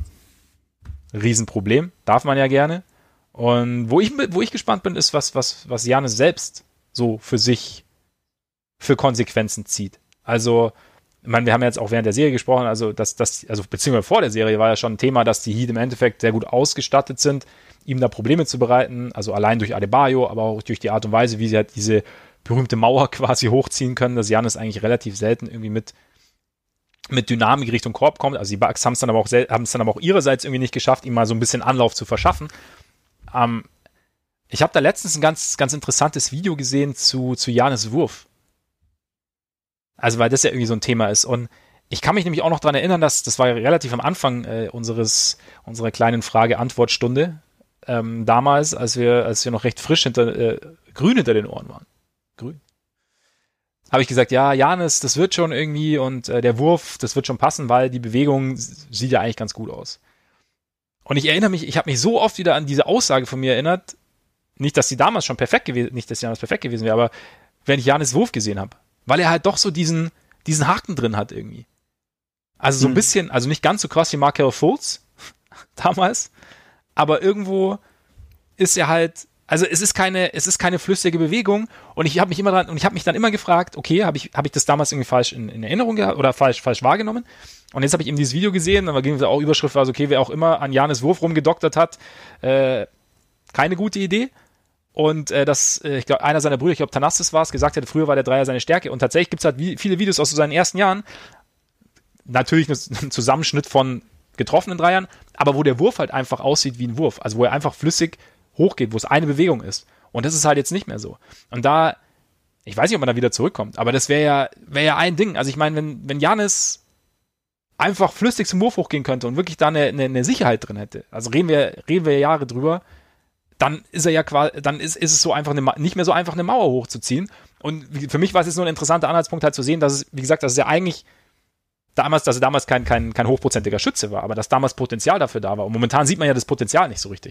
Riesenproblem. Darf man ja gerne. Und wo ich, wo ich gespannt bin, ist, was, was, was Giannis selbst so für sich für Konsequenzen zieht. Also, ich meine, wir haben jetzt auch während der Serie gesprochen, also, dass, dass, also, beziehungsweise vor der Serie war ja schon ein Thema, dass die Heat im Endeffekt sehr gut ausgestattet sind, ihm da Probleme zu bereiten, also allein durch Adebayo, aber auch durch die Art und Weise, wie sie halt diese berühmte Mauer quasi hochziehen können, dass Giannis eigentlich relativ selten irgendwie mit, mit Dynamik Richtung Korb kommt. Also die Bucks haben es dann aber auch, haben es dann aber auch ihrerseits irgendwie nicht geschafft, ihm mal so ein bisschen Anlauf zu verschaffen. Ähm, ich habe da letztens ein ganz, ganz interessantes Video gesehen zu, zu Giannis Wurf. Also weil das ja irgendwie so ein Thema ist. Und ich kann mich nämlich auch noch daran erinnern, dass das war relativ am Anfang äh, unseres unserer kleinen Frage-Antwort-Stunde ähm, damals, als wir als wir noch recht frisch hinter äh, grün hinter den Ohren waren. Grün. Habe ich gesagt, ja, Giannis, das wird schon irgendwie und äh, der Wurf, das wird schon passen, weil die Bewegung sieht ja eigentlich ganz gut aus. Und ich erinnere mich, ich habe mich so oft wieder an diese Aussage von mir erinnert, nicht, dass sie damals schon perfekt gewesen, nicht, dass sie damals perfekt gewesen wäre, aber wenn ich Giannis Wurf gesehen habe, weil er halt doch so diesen diesen Haken drin hat irgendwie. Also so ein hm. bisschen, also nicht ganz so krass wie Markelle Fultz damals, aber irgendwo ist er halt, also es ist keine, es ist keine flüssige Bewegung und ich habe mich immer dran und ich habe mich dann immer gefragt, okay, habe ich, habe ich das damals irgendwie falsch in, in Erinnerung gehabt oder falsch, falsch wahrgenommen? Und jetzt habe ich eben dieses Video gesehen, da ging auch Überschrift, war so, okay, wer auch immer an Giannis Wurf rumgedoktert hat, äh, keine gute Idee. Und äh, dass, äh, ich glaube, einer seiner Brüder, ich glaube Thanasis war es, gesagt hat, früher war der Dreier seine Stärke. Und tatsächlich gibt es halt wie, viele Videos aus so seinen ersten Jahren. Natürlich ein Zusammenschnitt von getroffenen Dreiern, aber wo der Wurf halt einfach aussieht wie ein Wurf. Also wo er einfach flüssig hochgeht, wo es eine Bewegung ist. Und das ist halt jetzt nicht mehr so. Und da, ich weiß nicht, ob man da wieder zurückkommt, aber das wäre ja, wäre ja ein Ding. Also ich meine, wenn, wenn Giannis einfach flüssig zum Wurf hochgehen könnte und wirklich da eine, eine, eine Sicherheit drin hätte, also reden wir, reden wir Jahre drüber, dann ist er ja quasi, dann ist, ist es so einfach eine, nicht mehr so einfach, eine Mauer hochzuziehen. Und für mich war es jetzt nur ein interessanter Anhaltspunkt halt zu sehen, dass es, wie gesagt, dass es ja eigentlich damals, dass er damals kein, kein, kein hochprozentiger Schütze war, aber dass damals Potenzial dafür da war. Und momentan sieht man ja das Potenzial nicht so richtig.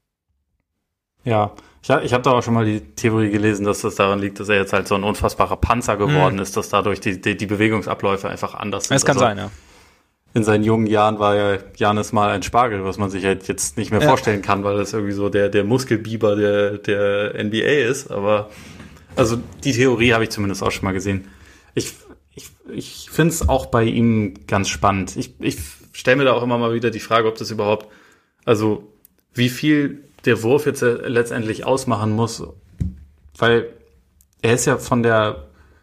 Ja, ich, ich habe da auch schon mal die Theorie gelesen, dass das daran liegt, dass er jetzt halt so ein unfassbarer Panzer geworden mhm. ist, dass dadurch die, die, die Bewegungsabläufe einfach anders sind. Das kann also, sein, ja. In seinen jungen Jahren war ja Giannis mal ein Spargel, was man sich halt jetzt nicht mehr ja. vorstellen kann, weil das irgendwie so der, der Muskelbiber der, der N B A ist. Aber also die Theorie habe ich zumindest auch schon mal gesehen. Ich, ich, ich finde es auch bei ihm ganz spannend. Ich, ich stelle mir da auch immer mal wieder die Frage, ob das überhaupt, also wie viel der Wurf jetzt letztendlich ausmachen muss, weil er ist ja von der,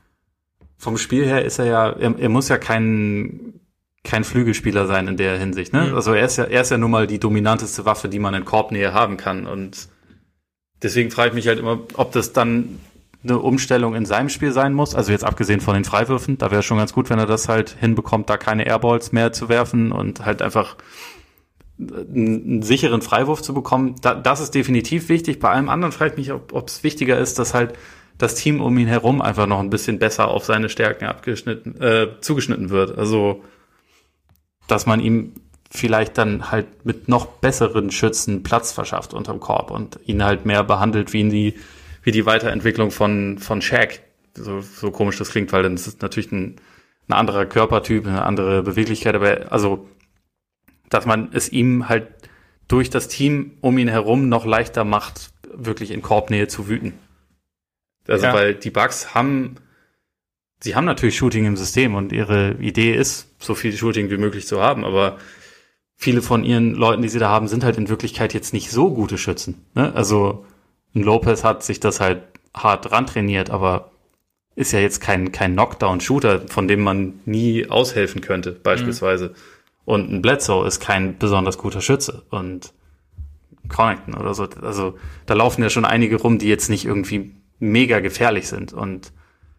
vom Spiel her ist er ja, er, er muss ja kein kein Flügelspieler sein in der Hinsicht, ne? Mhm. Also er ist ja, er ist ja nun mal die dominanteste Waffe, die man in Korbnähe haben kann. Und deswegen frage ich mich halt immer, ob das dann eine Umstellung in seinem Spiel sein muss. Also jetzt abgesehen von den Freiwürfen, da wäre es schon ganz gut, wenn er das halt hinbekommt, da keine Airballs mehr zu werfen und halt einfach einen, einen sicheren Freiwurf zu bekommen. Da, das ist definitiv wichtig. Bei allem anderen frage ich mich, ob es wichtiger ist, dass halt das Team um ihn herum einfach noch ein bisschen besser auf seine Stärken abgeschnitten, äh, zugeschnitten wird. Also dass man ihm vielleicht dann halt mit noch besseren Schützen Platz verschafft unterm Korb und ihn halt mehr behandelt wie in die, wie die Weiterentwicklung von, von Shaq. So, so komisch das klingt, weil dann ist es natürlich ein, ein anderer Körpertyp, eine andere Beweglichkeit, aber also, dass man es ihm halt durch das Team um ihn herum noch leichter macht, wirklich in Korbnähe zu wüten. Also, ja. Weil die Bucks haben, sie haben natürlich Shooting im System und ihre Idee ist, so viel Shooting wie möglich zu haben, aber viele von ihren Leuten, die sie da haben, sind halt in Wirklichkeit jetzt nicht so gute Schützen. Ne? Also ein Lopez hat sich das halt hart ran trainiert, aber ist ja jetzt kein kein Knockdown-Shooter, von dem man nie aushelfen könnte, beispielsweise. Mhm. Und ein Bledsoe ist kein besonders guter Schütze. Und Connaughton oder so, also da laufen ja schon einige rum, die jetzt nicht irgendwie mega gefährlich sind. Und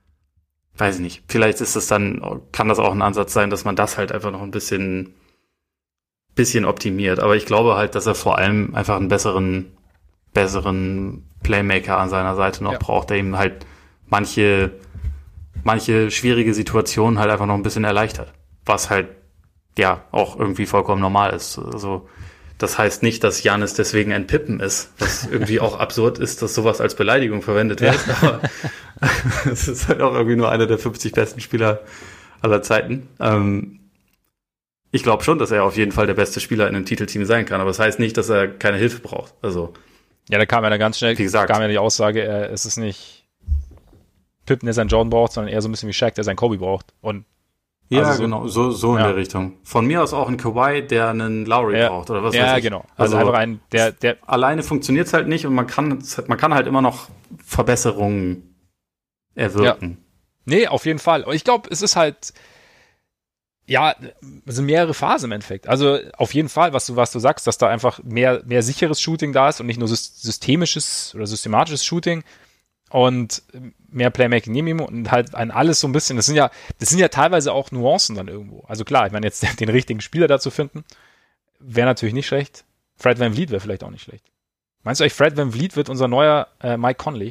weiß ich nicht, vielleicht ist es dann, kann das auch ein Ansatz sein, dass man das halt einfach noch ein bisschen, bisschen optimiert. Aber ich glaube halt, dass er vor allem einfach einen besseren, besseren Playmaker an seiner Seite noch ja. braucht, der ihm halt manche, manche schwierige Situationen halt einfach noch ein bisschen erleichtert. Was halt, ja, auch irgendwie vollkommen normal ist. Also, das heißt nicht, dass Giannis deswegen ein Pippen ist, was irgendwie auch absurd ist, dass sowas als Beleidigung verwendet wird. Ja. Aber es ist halt auch irgendwie nur einer der fünfzig besten Spieler aller Zeiten. Ähm, ich glaube schon, dass er auf jeden Fall der beste Spieler in einem Titelteam sein kann, aber das heißt nicht, dass er keine Hilfe braucht. Also ja, da kam ja dann ganz schnell, wie gesagt, kam ja die Aussage, er, es ist nicht Pippen, der seinen Jordan braucht, sondern eher so ein bisschen wie Shaq, der seinen Kobe braucht. Und ja, also so, genau, so, so in ja. der Richtung. Von mir aus auch ein Kawhi, der einen Lowry ja. braucht, oder was ja, weiß ich. Ja, genau. Also, also einfach ein, der, der alleine funktioniert's halt nicht und man kann, man kann halt immer noch Verbesserungen erwirken. Ja. Nee, auf jeden Fall. Ich glaube, es ist halt, ja, es sind mehrere Phasen im Endeffekt. Also auf jeden Fall, was du, was du sagst, dass da einfach mehr, mehr sicheres Shooting da ist und nicht nur systemisches oder systematisches Shooting. Und mehr Playmaking neben ihm und halt ein alles so ein bisschen, das sind ja, das sind ja teilweise auch Nuancen dann irgendwo. Also klar, ich meine, jetzt den richtigen Spieler dazu finden, wäre natürlich nicht schlecht. Fred VanVleet wäre vielleicht auch nicht schlecht. Meinst du eigentlich, Fred VanVleet wird unser neuer äh, Mike Conley?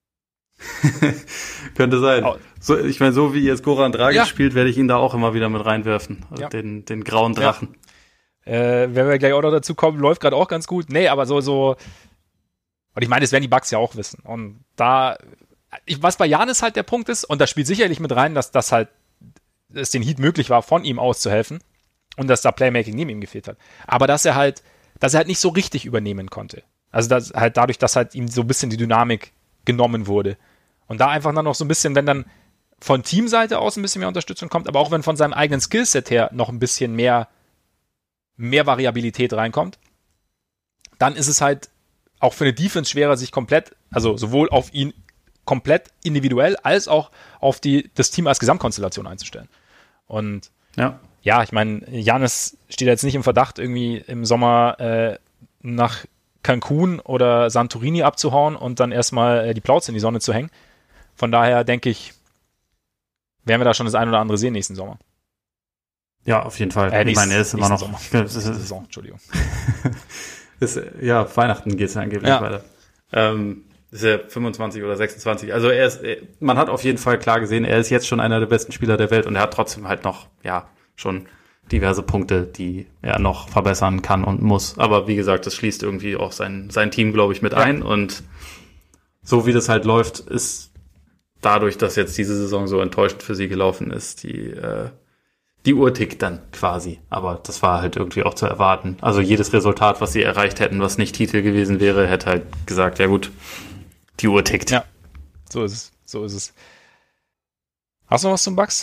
Könnte sein. Oh. So, ich meine, so wie jetzt Goran Dragic ja. spielt, werde ich ihn da auch immer wieder mit reinwerfen. Also ja. den, den grauen Drachen. Ja. Äh, wenn wir gleich auch noch dazu kommen, läuft gerade auch ganz gut. Nee, aber so, so, und ich meine, das werden die Bucks ja auch wissen. Und da, ich, was bei Giannis halt der Punkt ist, und da spielt sicherlich mit rein, dass das halt, es den Heat möglich war, von ihm auszuhelfen und dass da Playmaking neben ihm gefehlt hat. Aber dass er halt, dass er halt nicht so richtig übernehmen konnte. Also dass halt dadurch, dass halt ihm so ein bisschen die Dynamik genommen wurde. Und da einfach dann noch so ein bisschen, wenn dann von Teamseite aus ein bisschen mehr Unterstützung kommt, aber auch wenn von seinem eigenen Skillset her noch ein bisschen mehr, mehr Variabilität reinkommt, dann ist es halt auch für eine Defense schwerer, sich komplett, also sowohl auf ihn komplett individuell, als auch auf die, das Team als Gesamtkonstellation einzustellen. Und Ja. Ja, ich meine, Giannis steht jetzt nicht im Verdacht, irgendwie im Sommer äh, nach Cancun oder Santorini abzuhauen und dann erstmal äh, die Plauze in die Sonne zu hängen. Von daher denke ich, werden wir da schon das ein oder andere sehen nächsten Sommer. Ja, auf jeden Fall. Äh, ich meine, er ist immer noch. Sommer. Das ist, Saison, Entschuldigung. ist, ja, Weihnachten geht es ja angeblich ja. weiter. Ähm, ist er fünfundzwanzig oder sechsundzwanzig. Also er ist, man hat auf jeden Fall klar gesehen, er ist jetzt schon einer der besten Spieler der Welt und er hat trotzdem halt noch, ja, schon diverse Punkte, die er noch verbessern kann und muss. Aber wie gesagt, das schließt irgendwie auch sein, sein Team, glaube ich, mit ein. Ja. Und so wie das halt läuft, ist dadurch, dass jetzt diese Saison so enttäuschend für sie gelaufen ist, die, äh, die Uhr tickt dann quasi. Aber das war halt irgendwie auch zu erwarten. Also jedes Resultat, was sie erreicht hätten, was nicht Titel gewesen wäre, hätte halt gesagt, ja gut, die Uhr tickt. Ja, so ist es. So ist es. Hast du noch was zum Bucks?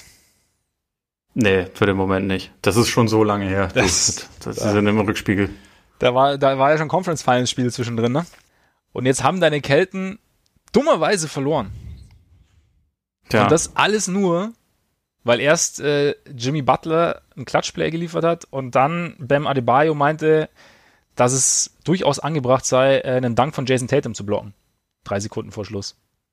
Nee, für den Moment nicht. Das ist schon so lange her. Das, das, das ist ja im Rückspiegel. Da war, da war ja schon Conference Finals Spiel zwischendrin, ne? Und jetzt haben deine Kelten dummerweise verloren. Tja. Und das alles nur, weil erst äh, Jimmy Butler ein Klatschplay geliefert hat und dann Bam Adebayo meinte, dass es durchaus angebracht sei, äh, einen Dank von Jason Tatum zu blocken. Drei Sekunden vor Schluss.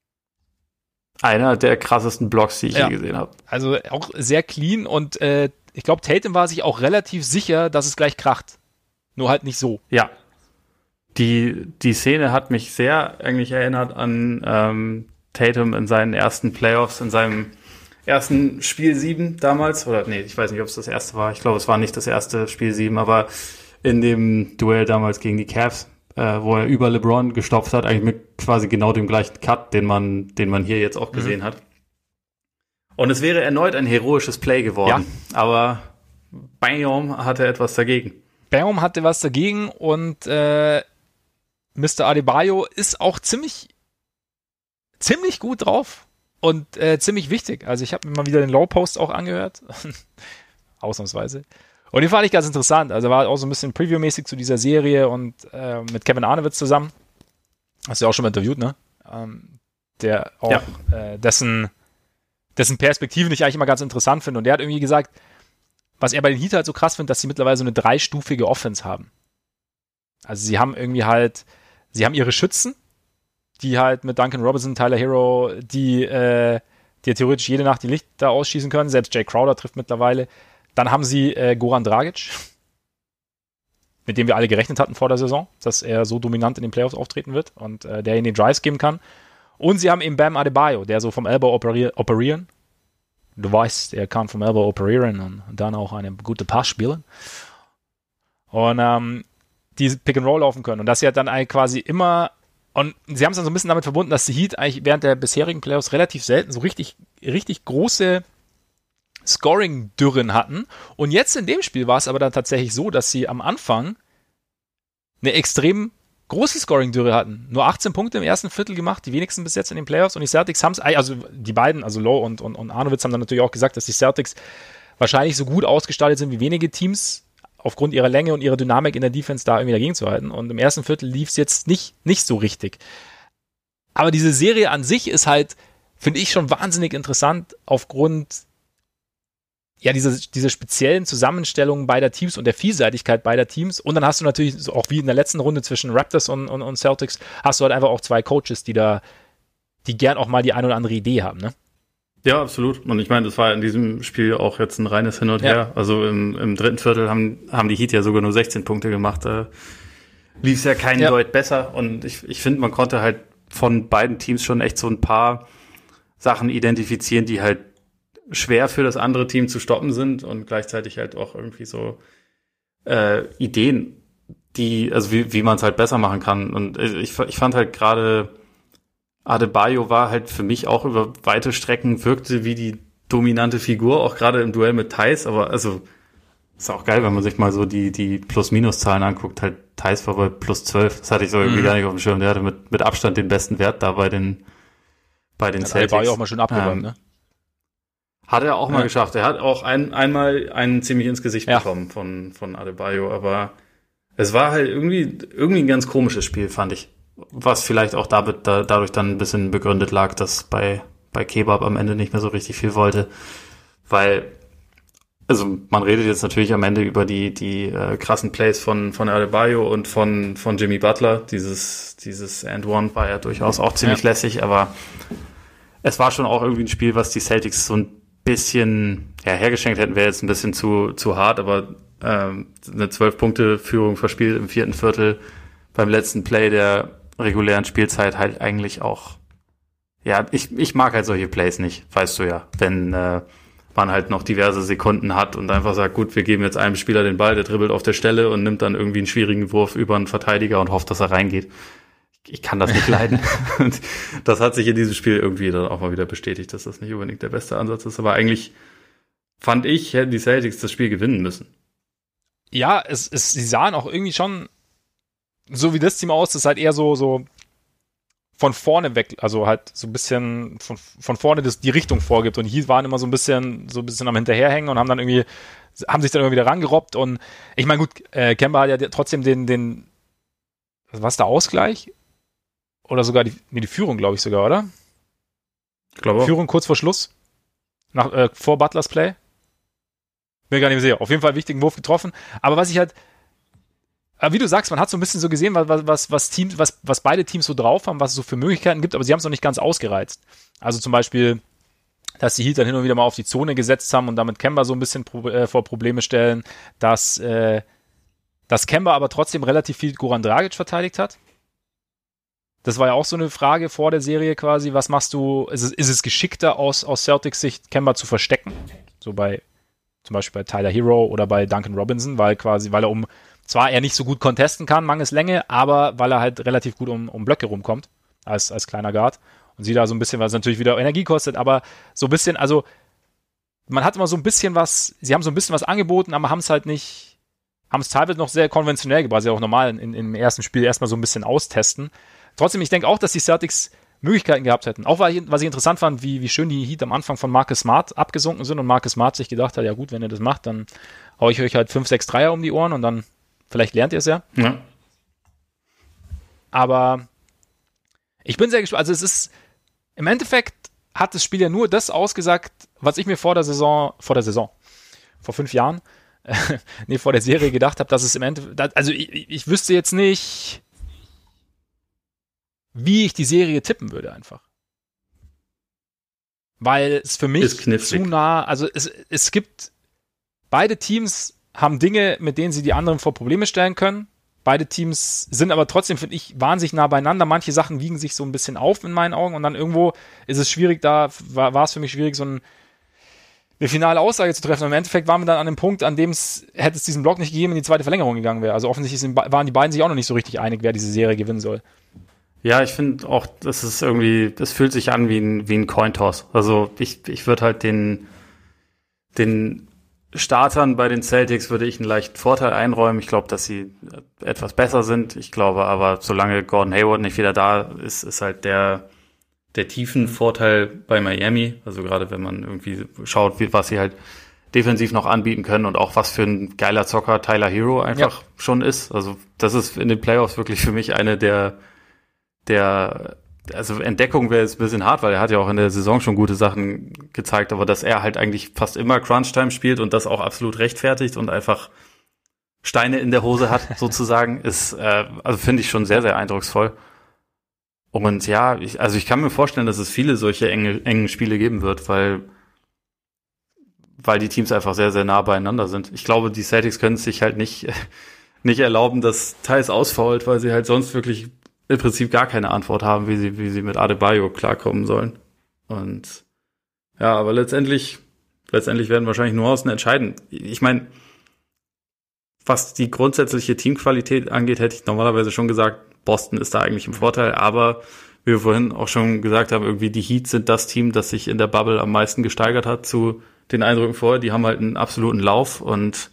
Einer der krassesten Blocks, die ich ja. je gesehen habe. Also auch sehr clean und äh, ich glaube, Tatum war sich auch relativ sicher, dass es gleich kracht. Nur halt nicht so. Ja. Die, die Szene hat mich sehr eigentlich erinnert an ähm, Tatum in seinen ersten Playoffs, in seinem ersten Spiel sieben damals. Oder nee, ich weiß nicht, ob es das erste war. Ich glaube, es war nicht das erste Spiel sieben, aber in dem Duell damals gegen die Cavs, äh, wo er über LeBron gestopft hat, eigentlich mit quasi genau dem gleichen Cut, den man, den man hier jetzt auch gesehen mhm. hat. Und es wäre erneut ein heroisches Play geworden. Ja. Aber Bam hatte etwas dagegen. Bam hatte was dagegen und äh, Mister Adebayo ist auch ziemlich ziemlich gut drauf und äh, ziemlich wichtig. Also ich habe mir mal wieder den Low Post auch angehört. Ausnahmsweise. Und den fand ich ganz interessant. Also war auch so ein bisschen Preview-mäßig zu dieser Serie und äh, mit Kevin Arnowitz zusammen. Hast du ja auch schon mal interviewt, ne? Ähm, der auch ja. äh, dessen, dessen Perspektiven ich eigentlich immer ganz interessant finde. Und der hat irgendwie gesagt, was er bei den Heat halt so krass findet, dass sie mittlerweile so eine dreistufige Offense haben. Also sie haben irgendwie halt, sie haben ihre Schützen, die halt mit Duncan Robinson, Tyler Hero, die, äh, die ja theoretisch jede Nacht die Lichter ausschießen können. Selbst Jay Crowder trifft mittlerweile. Dann haben sie äh, Goran Dragic, mit dem wir alle gerechnet hatten vor der Saison, dass er so dominant in den Playoffs auftreten wird und äh, der ihnen die Drives geben kann. Und sie haben eben Bam Adebayo, der so vom Elbow operier- operieren. Du weißt, er kann vom Elbow operieren und dann auch eine gute Pass spielen. Und ähm, die Pick and Roll laufen können. Und dass sie halt dann eigentlich quasi immer, und sie haben es dann so ein bisschen damit verbunden, dass die Heat eigentlich während der bisherigen Playoffs relativ selten so richtig, richtig große Scoring-Dürren hatten. Und jetzt in dem Spiel war es aber dann tatsächlich so, dass sie am Anfang eine extrem große Scoring-Dürre hatten. Nur achtzehn Punkte im ersten Viertel gemacht, die wenigsten bis jetzt in den Playoffs. Und die Celtics haben es, also die beiden, also Lowe und, und, und Arnowitz haben dann natürlich auch gesagt, dass die Celtics wahrscheinlich so gut ausgestaltet sind wie wenige Teams, aufgrund ihrer Länge und ihrer Dynamik in der Defense da irgendwie dagegen zu halten. Und im ersten Viertel lief es jetzt nicht, nicht so richtig. Aber diese Serie an sich ist halt, finde ich, schon wahnsinnig interessant aufgrund ja, diese, diese speziellen Zusammenstellungen beider Teams und der Vielseitigkeit beider Teams. Und dann hast du natürlich, so auch wie in der letzten Runde zwischen Raptors und, und, und Celtics, hast du halt einfach auch zwei Coaches, die da, die gern auch mal die eine oder andere Idee haben, ne? Ja, absolut. Und ich meine, das war in diesem Spiel auch jetzt ein reines Hin und Her. Ja. Also im, im dritten Viertel haben, haben die Heat ja sogar nur sechzehn Punkte gemacht. Da lief es ja keinen ja. Deut besser. Und ich, ich finde, man konnte halt von beiden Teams schon echt so ein paar Sachen identifizieren, die halt schwer für das andere Team zu stoppen sind und gleichzeitig halt auch irgendwie so äh, Ideen, die, also wie, wie man es halt besser machen kann. Und ich, ich fand halt gerade Adebayo war halt für mich auch über weite Strecken, wirkte wie die dominante Figur, auch gerade im Duell mit Theis, aber also ist auch geil, wenn man sich mal so die die Plus-Minus-Zahlen anguckt, halt Theis war bei plus zwölf, das hatte ich so irgendwie mhm. gar nicht auf dem Schirm, der hatte mit mit Abstand den besten Wert da bei den bei den Celtics. Adebayo auch mal schön abgeräumt, ähm, ne? Hat er auch ja. mal geschafft. Er hat auch ein, einmal einen ziemlich ins Gesicht ja. bekommen von, von Adebayo, aber es war halt irgendwie, irgendwie ein ganz komisches Spiel, fand ich. Was vielleicht auch damit, da, dadurch dann ein bisschen begründet lag, dass bei, bei Kebab am Ende nicht mehr so richtig viel wollte. Weil also man redet jetzt natürlich am Ende über die die äh, krassen Plays von von Adebayo und von von Jimmy Butler. Dieses dieses And One war ja durchaus auch ziemlich ja. lässig, aber es war schon auch irgendwie ein Spiel, was die Celtics so ein bisschen ja hergeschenkt hätten, wäre jetzt ein bisschen zu zu hart, aber ähm, eine zwölf-Punkte-Führung verspielt im vierten Viertel beim letzten Play der regulären Spielzeit halt eigentlich auch. Ja, ich ich mag halt solche Plays nicht, weißt du ja, wenn äh, man halt noch diverse Sekunden hat und einfach sagt, gut, wir geben jetzt einem Spieler den Ball, der dribbelt auf der Stelle und nimmt dann irgendwie einen schwierigen Wurf über einen Verteidiger und hofft, dass er reingeht. Ich kann das nicht leiden. Und das hat sich in diesem Spiel irgendwie dann auch mal wieder bestätigt, dass das nicht unbedingt der beste Ansatz ist. Aber eigentlich fand ich, hätten die Celtics das Spiel gewinnen müssen. Ja, es, es, sie sahen auch irgendwie schon so wie das Team aus, das ist halt eher so, so von vorne weg, also halt so ein bisschen von, von vorne das, die Richtung vorgibt. Und hier waren immer so ein bisschen, so ein bisschen am Hinterherhängen und haben dann irgendwie, haben sich dann immer wieder rangerobbt. Und ich meine, gut, äh, Kemba hat ja trotzdem den, den, was der Ausgleich? Oder sogar die, nee, die Führung, glaube ich sogar, oder? Ich glaube. Führung kurz vor Schluss. Nach, äh, vor Butlers Play. Bin gar nicht mehr sicher. Auf jeden Fall wichtigen Wurf getroffen. Aber was ich halt, aber wie du sagst, man hat so ein bisschen so gesehen, was, was, was, Teams, was, was beide Teams so drauf haben, was es so für Möglichkeiten gibt, aber sie haben es noch nicht ganz ausgereizt. Also zum Beispiel, dass die Heat dann hin und wieder mal auf die Zone gesetzt haben und damit Kemba so ein bisschen pro, äh, vor Probleme stellen, dass, äh, dass Kemba aber trotzdem relativ viel Goran Dragic verteidigt hat. Das war ja auch so eine Frage vor der Serie quasi, was machst du, ist es, ist es geschickter aus, aus Celtics Sicht, Kemba zu verstecken? So bei, zum Beispiel bei Tyler Hero oder bei Duncan Robinson, weil quasi, weil er um zwar er nicht so gut contesten kann, mangels Länge, aber weil er halt relativ gut um, um Blöcke rumkommt, als, als kleiner Guard. Und sie da so ein bisschen, was natürlich wieder Energie kostet, aber so ein bisschen, also man hat immer so ein bisschen was, sie haben so ein bisschen was angeboten, aber haben es halt nicht, haben es teilweise noch sehr konventionell gebracht, sie auch normal in, im ersten Spiel erstmal so ein bisschen austesten. Trotzdem, ich denke auch, dass die Celtics Möglichkeiten gehabt hätten. Auch weil, was ich interessant fand, wie, wie schön die Heat am Anfang von Marcus Smart abgesunken sind und Marcus Smart sich gedacht hat, ja gut, wenn ihr das macht, dann hau ich euch halt fünf, sechs Dreier um die Ohren und dann vielleicht lernt ihr es ja. Ja. Aber ich bin sehr gespannt. Also es ist, im Endeffekt hat das Spiel ja nur das ausgesagt, was ich mir vor der Saison, vor der Saison, vor fünf Jahren, nee, vor der Serie gedacht habe, dass es im Endeffekt, also ich, ich wüsste jetzt nicht, wie ich die Serie tippen würde einfach. Weil es für mich zu nah, also es, es gibt, beide Teams haben Dinge, mit denen sie die anderen vor Probleme stellen können. Beide Teams sind aber trotzdem, finde ich, wahnsinnig nah beieinander. Manche Sachen wiegen sich so ein bisschen auf in meinen Augen und dann irgendwo ist es schwierig, da war, war es für mich schwierig, so ein, eine finale Aussage zu treffen. Und im Endeffekt waren wir dann an dem Punkt, an dem es, hätte es diesen Block nicht gegeben, in die zweite Verlängerung gegangen wäre. Also offensichtlich sind, waren die beiden sich auch noch nicht so richtig einig, wer diese Serie gewinnen soll. Ja, ich finde auch, das ist irgendwie, das fühlt sich an wie ein, wie ein Cointoss. Also ich, ich würde halt den, den Startern bei den Celtics würde ich einen leichten Vorteil einräumen. Ich glaube, dass sie etwas besser sind. Ich glaube aber, solange Gordon Hayward nicht wieder da ist, ist halt der, der tiefen Vorteil bei Miami. Also gerade wenn man irgendwie schaut, wie, was sie halt defensiv noch anbieten können und auch was für ein geiler Zocker Tyler Hero einfach ja. schon ist. Also das ist in den Playoffs wirklich für mich eine der der, also Entdeckung wäre jetzt ein bisschen hart, weil er hat ja auch in der Saison schon gute Sachen gezeigt, aber dass er halt eigentlich fast immer Crunch-Time spielt und das auch absolut rechtfertigt und einfach Steine in der Hose hat, sozusagen, ist, äh, also finde ich schon sehr, sehr eindrucksvoll. Und ja, ich, also ich kann mir vorstellen, dass es viele solche enge, engen Spiele geben wird, weil, weil die Teams einfach sehr, sehr nah beieinander sind. Ich glaube, die Celtics können es sich halt nicht, nicht erlauben, dass Thais ausfault, weil sie halt sonst wirklich im Prinzip gar keine Antwort haben, wie sie, wie sie mit Adebayo klarkommen sollen. Und ja, aber letztendlich, letztendlich werden wahrscheinlich Nuancen entscheiden. Ich meine, was die grundsätzliche Teamqualität angeht, hätte ich normalerweise schon gesagt, Boston ist da eigentlich im Vorteil, aber wie wir vorhin auch schon gesagt haben, irgendwie die Heat sind das Team, das sich in der Bubble am meisten gesteigert hat zu den Eindrücken vorher. Die haben halt einen absoluten Lauf und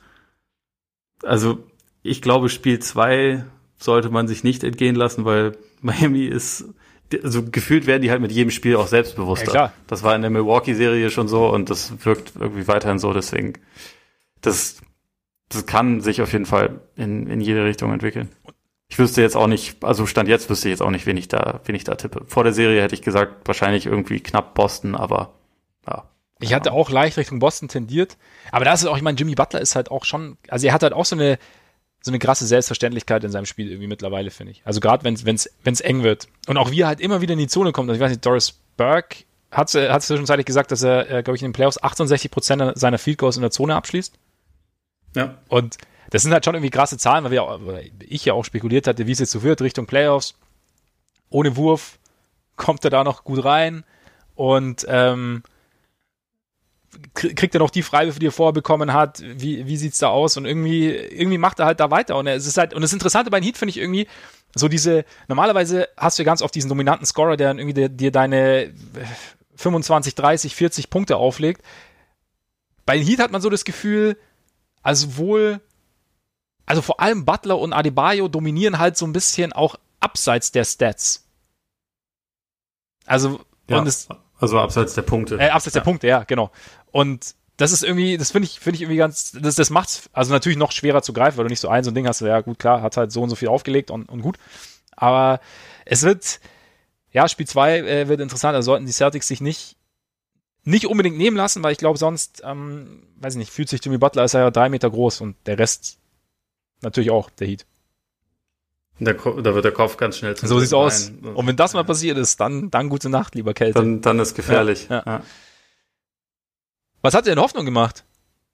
also ich glaube, Spiel zwei sollte man sich nicht entgehen lassen, weil Miami ist, also gefühlt werden die halt mit jedem Spiel auch selbstbewusster. Ja, klar. Das war in der Milwaukee-Serie schon so und das wirkt irgendwie weiterhin so, deswegen das, das kann sich auf jeden Fall in, in jede Richtung entwickeln. Ich wüsste jetzt auch nicht, also Stand jetzt wüsste ich jetzt auch nicht, wen ich da, wen ich da tippe. Vor der Serie hätte ich gesagt, wahrscheinlich irgendwie knapp Boston, aber ja, Ich hatte auch leicht Richtung Boston tendiert, aber da ist es auch, ich meine, Jimmy Butler ist halt auch schon, also er hat halt auch so eine so eine krasse Selbstverständlichkeit in seinem Spiel irgendwie mittlerweile, finde ich. Also gerade wenn es wenn es eng wird. Und auch wie er halt immer wieder in die Zone kommt. Also ich weiß nicht, Doris Burke hat hat zwischenzeitlich gesagt, dass er, äh, glaube ich, in den Playoffs achtundsechzig Prozent seiner Field Goals in der Zone abschließt. Ja. Und das sind halt schon irgendwie krasse Zahlen, weil wir auch, weil ich ja auch spekuliert hatte, wie es jetzt so wird Richtung Playoffs. Ohne Wurf kommt er da noch gut rein und ähm, kriegt er noch die Freiwürfe, die er vorher bekommen hat, wie, wie sieht's da aus? Und irgendwie, irgendwie macht er halt da weiter. Und es ist halt, und das Interessante bei den Heat finde ich irgendwie, so diese, normalerweise hast du ja ganz oft diesen dominanten Scorer, der dann irgendwie dir, dir deine fünfundzwanzig, dreißig, vierzig Punkte auflegt. Bei den Heat hat man so das Gefühl, also wohl, also vor allem Butler und Adebayo dominieren halt so ein bisschen auch abseits der Stats. Also, ja, und es, also abseits der Punkte. Äh, abseits ja. der Punkte, ja, genau. Und das ist irgendwie, das finde ich, finde ich irgendwie ganz, das, das macht's also natürlich noch schwerer zu greifen, weil du nicht so ein so ein Ding hast, ja gut, klar, hat halt so und so viel aufgelegt und, und gut. Aber es wird, ja, Spiel zwei äh, wird interessant, also sollten die Celtics sich nicht, nicht unbedingt nehmen lassen, weil ich glaube sonst, ähm, weiß ich nicht, fühlt sich Jimmy Butler, ist er ja drei Meter groß und der Rest natürlich auch, der Heat. Da, da wird der Kopf ganz schnell zu. So sieht's aus. Und wenn das mal passiert ist, dann, dann gute Nacht, lieber Kälte. Dann, dann ist gefährlich. Ja, ja. Ja. Was hat er in Hoffnung gemacht?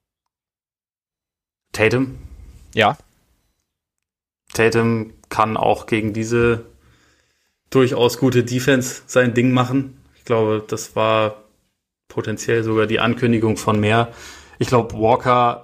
Tatum. Ja. Tatum kann auch gegen diese durchaus gute Defense sein Ding machen. Ich glaube, das war potenziell sogar die Ankündigung von mehr. Ich glaube, Walker,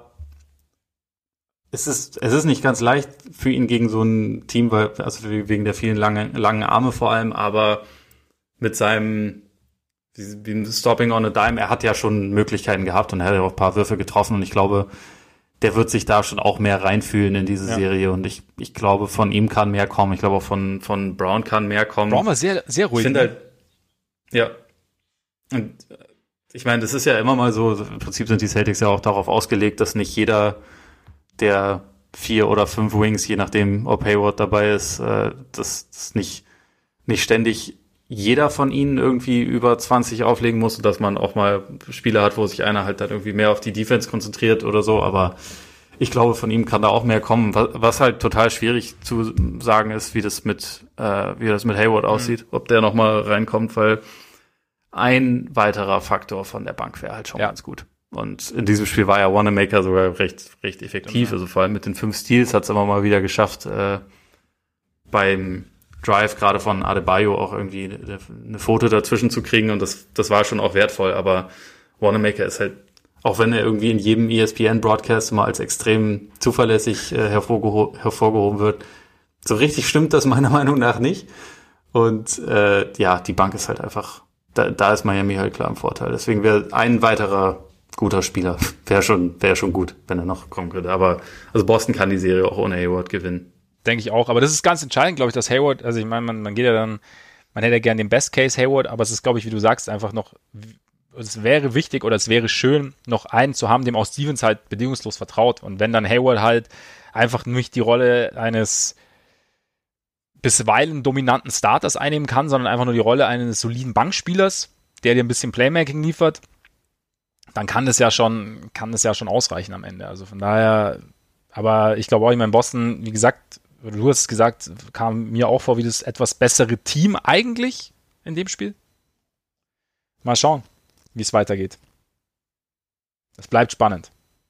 es ist, es ist nicht ganz leicht für ihn gegen so ein Team, weil, also wegen der vielen langen, langen Arme vor allem, aber mit seinem wie, wie Stopping on a Dime, er hat ja schon Möglichkeiten gehabt und er hat ja auch ein paar Würfe getroffen und ich glaube, der wird sich da schon auch mehr reinfühlen in diese ja. Serie und ich, ich glaube, von ihm kann mehr kommen. Ich glaube auch von, von Brown kann mehr kommen. Brown war sehr, sehr ruhig. Ich finde halt, ja. Und ich meine, das ist ja immer mal so, im Prinzip sind die Celtics ja auch darauf ausgelegt, dass nicht jeder der vier oder fünf Wings, je nachdem, ob Hayward dabei ist, äh, dass das nicht, nicht ständig jeder von ihnen irgendwie über zwanzig auflegen muss, dass man auch mal Spiele hat, wo sich einer halt dann irgendwie mehr auf die Defense konzentriert oder so, aber ich glaube, von ihm kann da auch mehr kommen. Was, was halt total schwierig zu sagen ist, wie das mit, äh, wie das mit Hayward aussieht, mhm. ob der nochmal reinkommt, weil ein weiterer Faktor von der Bank wäre halt schon ja. ganz gut. Und in diesem Spiel war ja Wanamaker sogar recht, recht effektiv. Mhm. Also vor allem mit den fünf Steals hat es immer mal wieder geschafft, äh, beim Drive gerade von Adebayo auch irgendwie eine, eine Foto dazwischen zu kriegen. Und das, das war schon auch wertvoll. Aber Wanamaker ist halt, auch wenn er irgendwie in jedem E S P N-Broadcast mal als extrem zuverlässig äh, hervorgeho- hervorgehoben wird, so richtig stimmt das meiner Meinung nach nicht. Und äh, ja, die Bank ist halt einfach, da, da ist Miami halt klar im Vorteil. Deswegen wäre ein weiterer guter Spieler, wäre schon, wäre schon gut, wenn er noch kommen könnte. Aber also Boston kann die Serie auch ohne Hayward gewinnen. Denke ich auch. Aber das ist ganz entscheidend, glaube ich, dass Hayward, also ich meine, man, man geht ja dann, man hätte ja gern den Best Case Hayward, aber es ist, glaube ich, wie du sagst, einfach noch, es wäre wichtig oder es wäre schön, noch einen zu haben, dem auch Stevens halt bedingungslos vertraut. Und wenn dann Hayward halt einfach nicht die Rolle eines bisweilen dominanten Starters einnehmen kann, sondern einfach nur die Rolle eines soliden Bankspielers, der dir ein bisschen Playmaking liefert, dann kann das ja schon, kann das ja schon ausreichen am Ende. Also von daher, aber ich glaube auch, ich meine, Boston, wie gesagt, du hast es gesagt, kam mir auch vor wie das etwas bessere Team eigentlich in dem Spiel. Mal schauen, wie es weitergeht. Es bleibt spannend.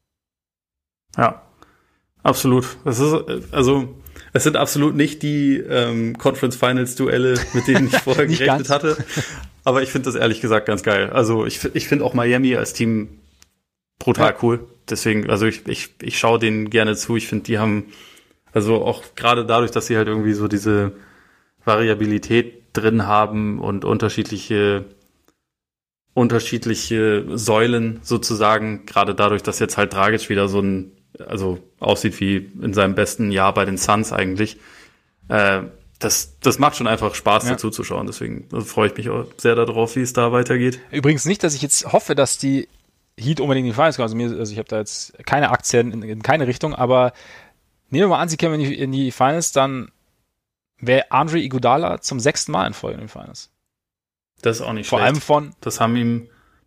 Ja, absolut. Es ist, also, es sind absolut nicht die ähm, Conference Finals Duelle, mit denen ich vorher gerechnet hatte. Aber ich finde das ehrlich gesagt ganz geil. Also ich, ich finde auch Miami als Team brutal ja. cool. Deswegen, also ich, ich, ich schaue denen gerne zu. Ich finde, die haben, also auch gerade dadurch, dass sie halt irgendwie so diese Variabilität drin haben und unterschiedliche unterschiedliche Säulen sozusagen, gerade dadurch, dass jetzt halt Dragic wieder so ein, also aussieht wie in seinem besten Jahr bei den Suns eigentlich, äh, Das, das macht schon einfach Spaß, ja. dazu zu schauen. Deswegen also freue ich mich auch sehr darauf, wie es da weitergeht. Übrigens nicht, dass ich jetzt hoffe, dass die Heat unbedingt in die Finals kommen. Also, mir, also ich habe da jetzt keine Aktien in, in keine Richtung, aber nehmen wir mal an, sie kämen in die, in die Finals, dann wäre Andre Iguodala zum sechsten Mal in Folge in den Finals. Das ist auch nicht Vor schlecht. allem von... Das haben ihm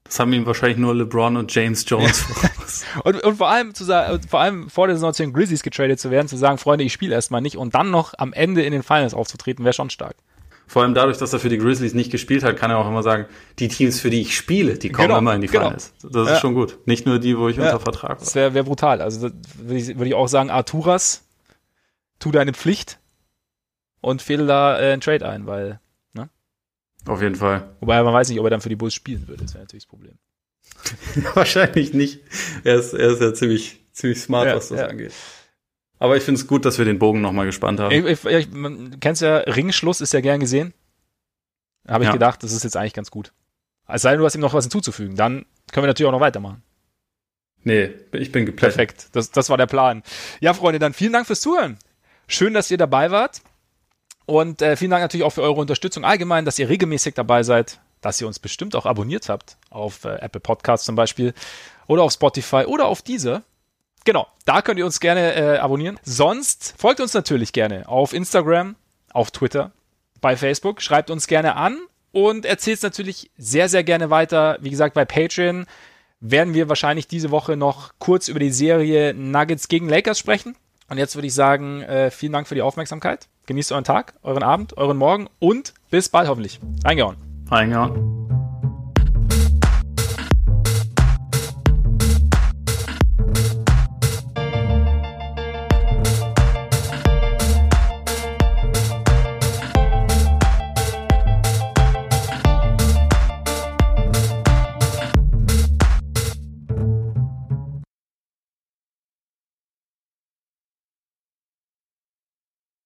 Das haben ihm wahrscheinlich nur LeBron und James Jones. und, und vor allem zu sagen, vor allem vor der Saison zu den Grizzlies getradet zu werden, zu sagen, Freunde, ich spiele erstmal nicht und dann noch am Ende in den Finals aufzutreten, wäre schon stark. Vor allem dadurch, dass er für die Grizzlies nicht gespielt hat, kann er auch immer sagen, die Teams, für die ich spiele, die kommen genau, immer in die Finals. Genau. Das ist ja. schon gut. Nicht nur die, wo ich ja. unter Vertrag war. Das wäre wär brutal. Also würde ich, würd ich auch sagen, Arturas, tu deine Pflicht und fehle da äh, einen Trade ein, weil, ne? Auf jeden Fall. Wobei man weiß nicht, ob er dann für die Bulls spielen würde. Das wäre natürlich das Problem. Wahrscheinlich nicht. Er ist, er ist ja ziemlich, ziemlich smart, ja, was das ja. angeht. Aber ich finde es gut, dass wir den Bogen nochmal gespannt haben. Ich, ich, ich, man kennst ja, Ringschluss ist ja gern gesehen. Da habe ich ja. gedacht, das ist jetzt eigentlich ganz gut. Es sei denn, du hast ihm noch was hinzuzufügen. Dann können wir natürlich auch noch weitermachen. Nee, ich bin geplättet. Perfekt, das, das war der Plan. Ja, Freunde, dann vielen Dank fürs Zuhören. Schön, dass ihr dabei wart. Und äh, vielen Dank natürlich auch für eure Unterstützung allgemein, dass ihr regelmäßig dabei seid, dass ihr uns bestimmt auch abonniert habt. Auf äh, Apple Podcasts zum Beispiel. Oder auf Spotify oder auf Deezer. Genau, da könnt ihr uns gerne äh, abonnieren. Sonst folgt uns natürlich gerne auf Instagram, auf Twitter, bei Facebook. Schreibt uns gerne an und erzählt es natürlich sehr, sehr gerne weiter. Wie gesagt, bei Patreon werden wir wahrscheinlich diese Woche noch kurz über die Serie Nuggets gegen Lakers sprechen. Und jetzt würde ich sagen, äh, vielen Dank für die Aufmerksamkeit. Genießt euren Tag, euren Abend, euren Morgen und bis bald hoffentlich. Reingehauen. Reingehauen.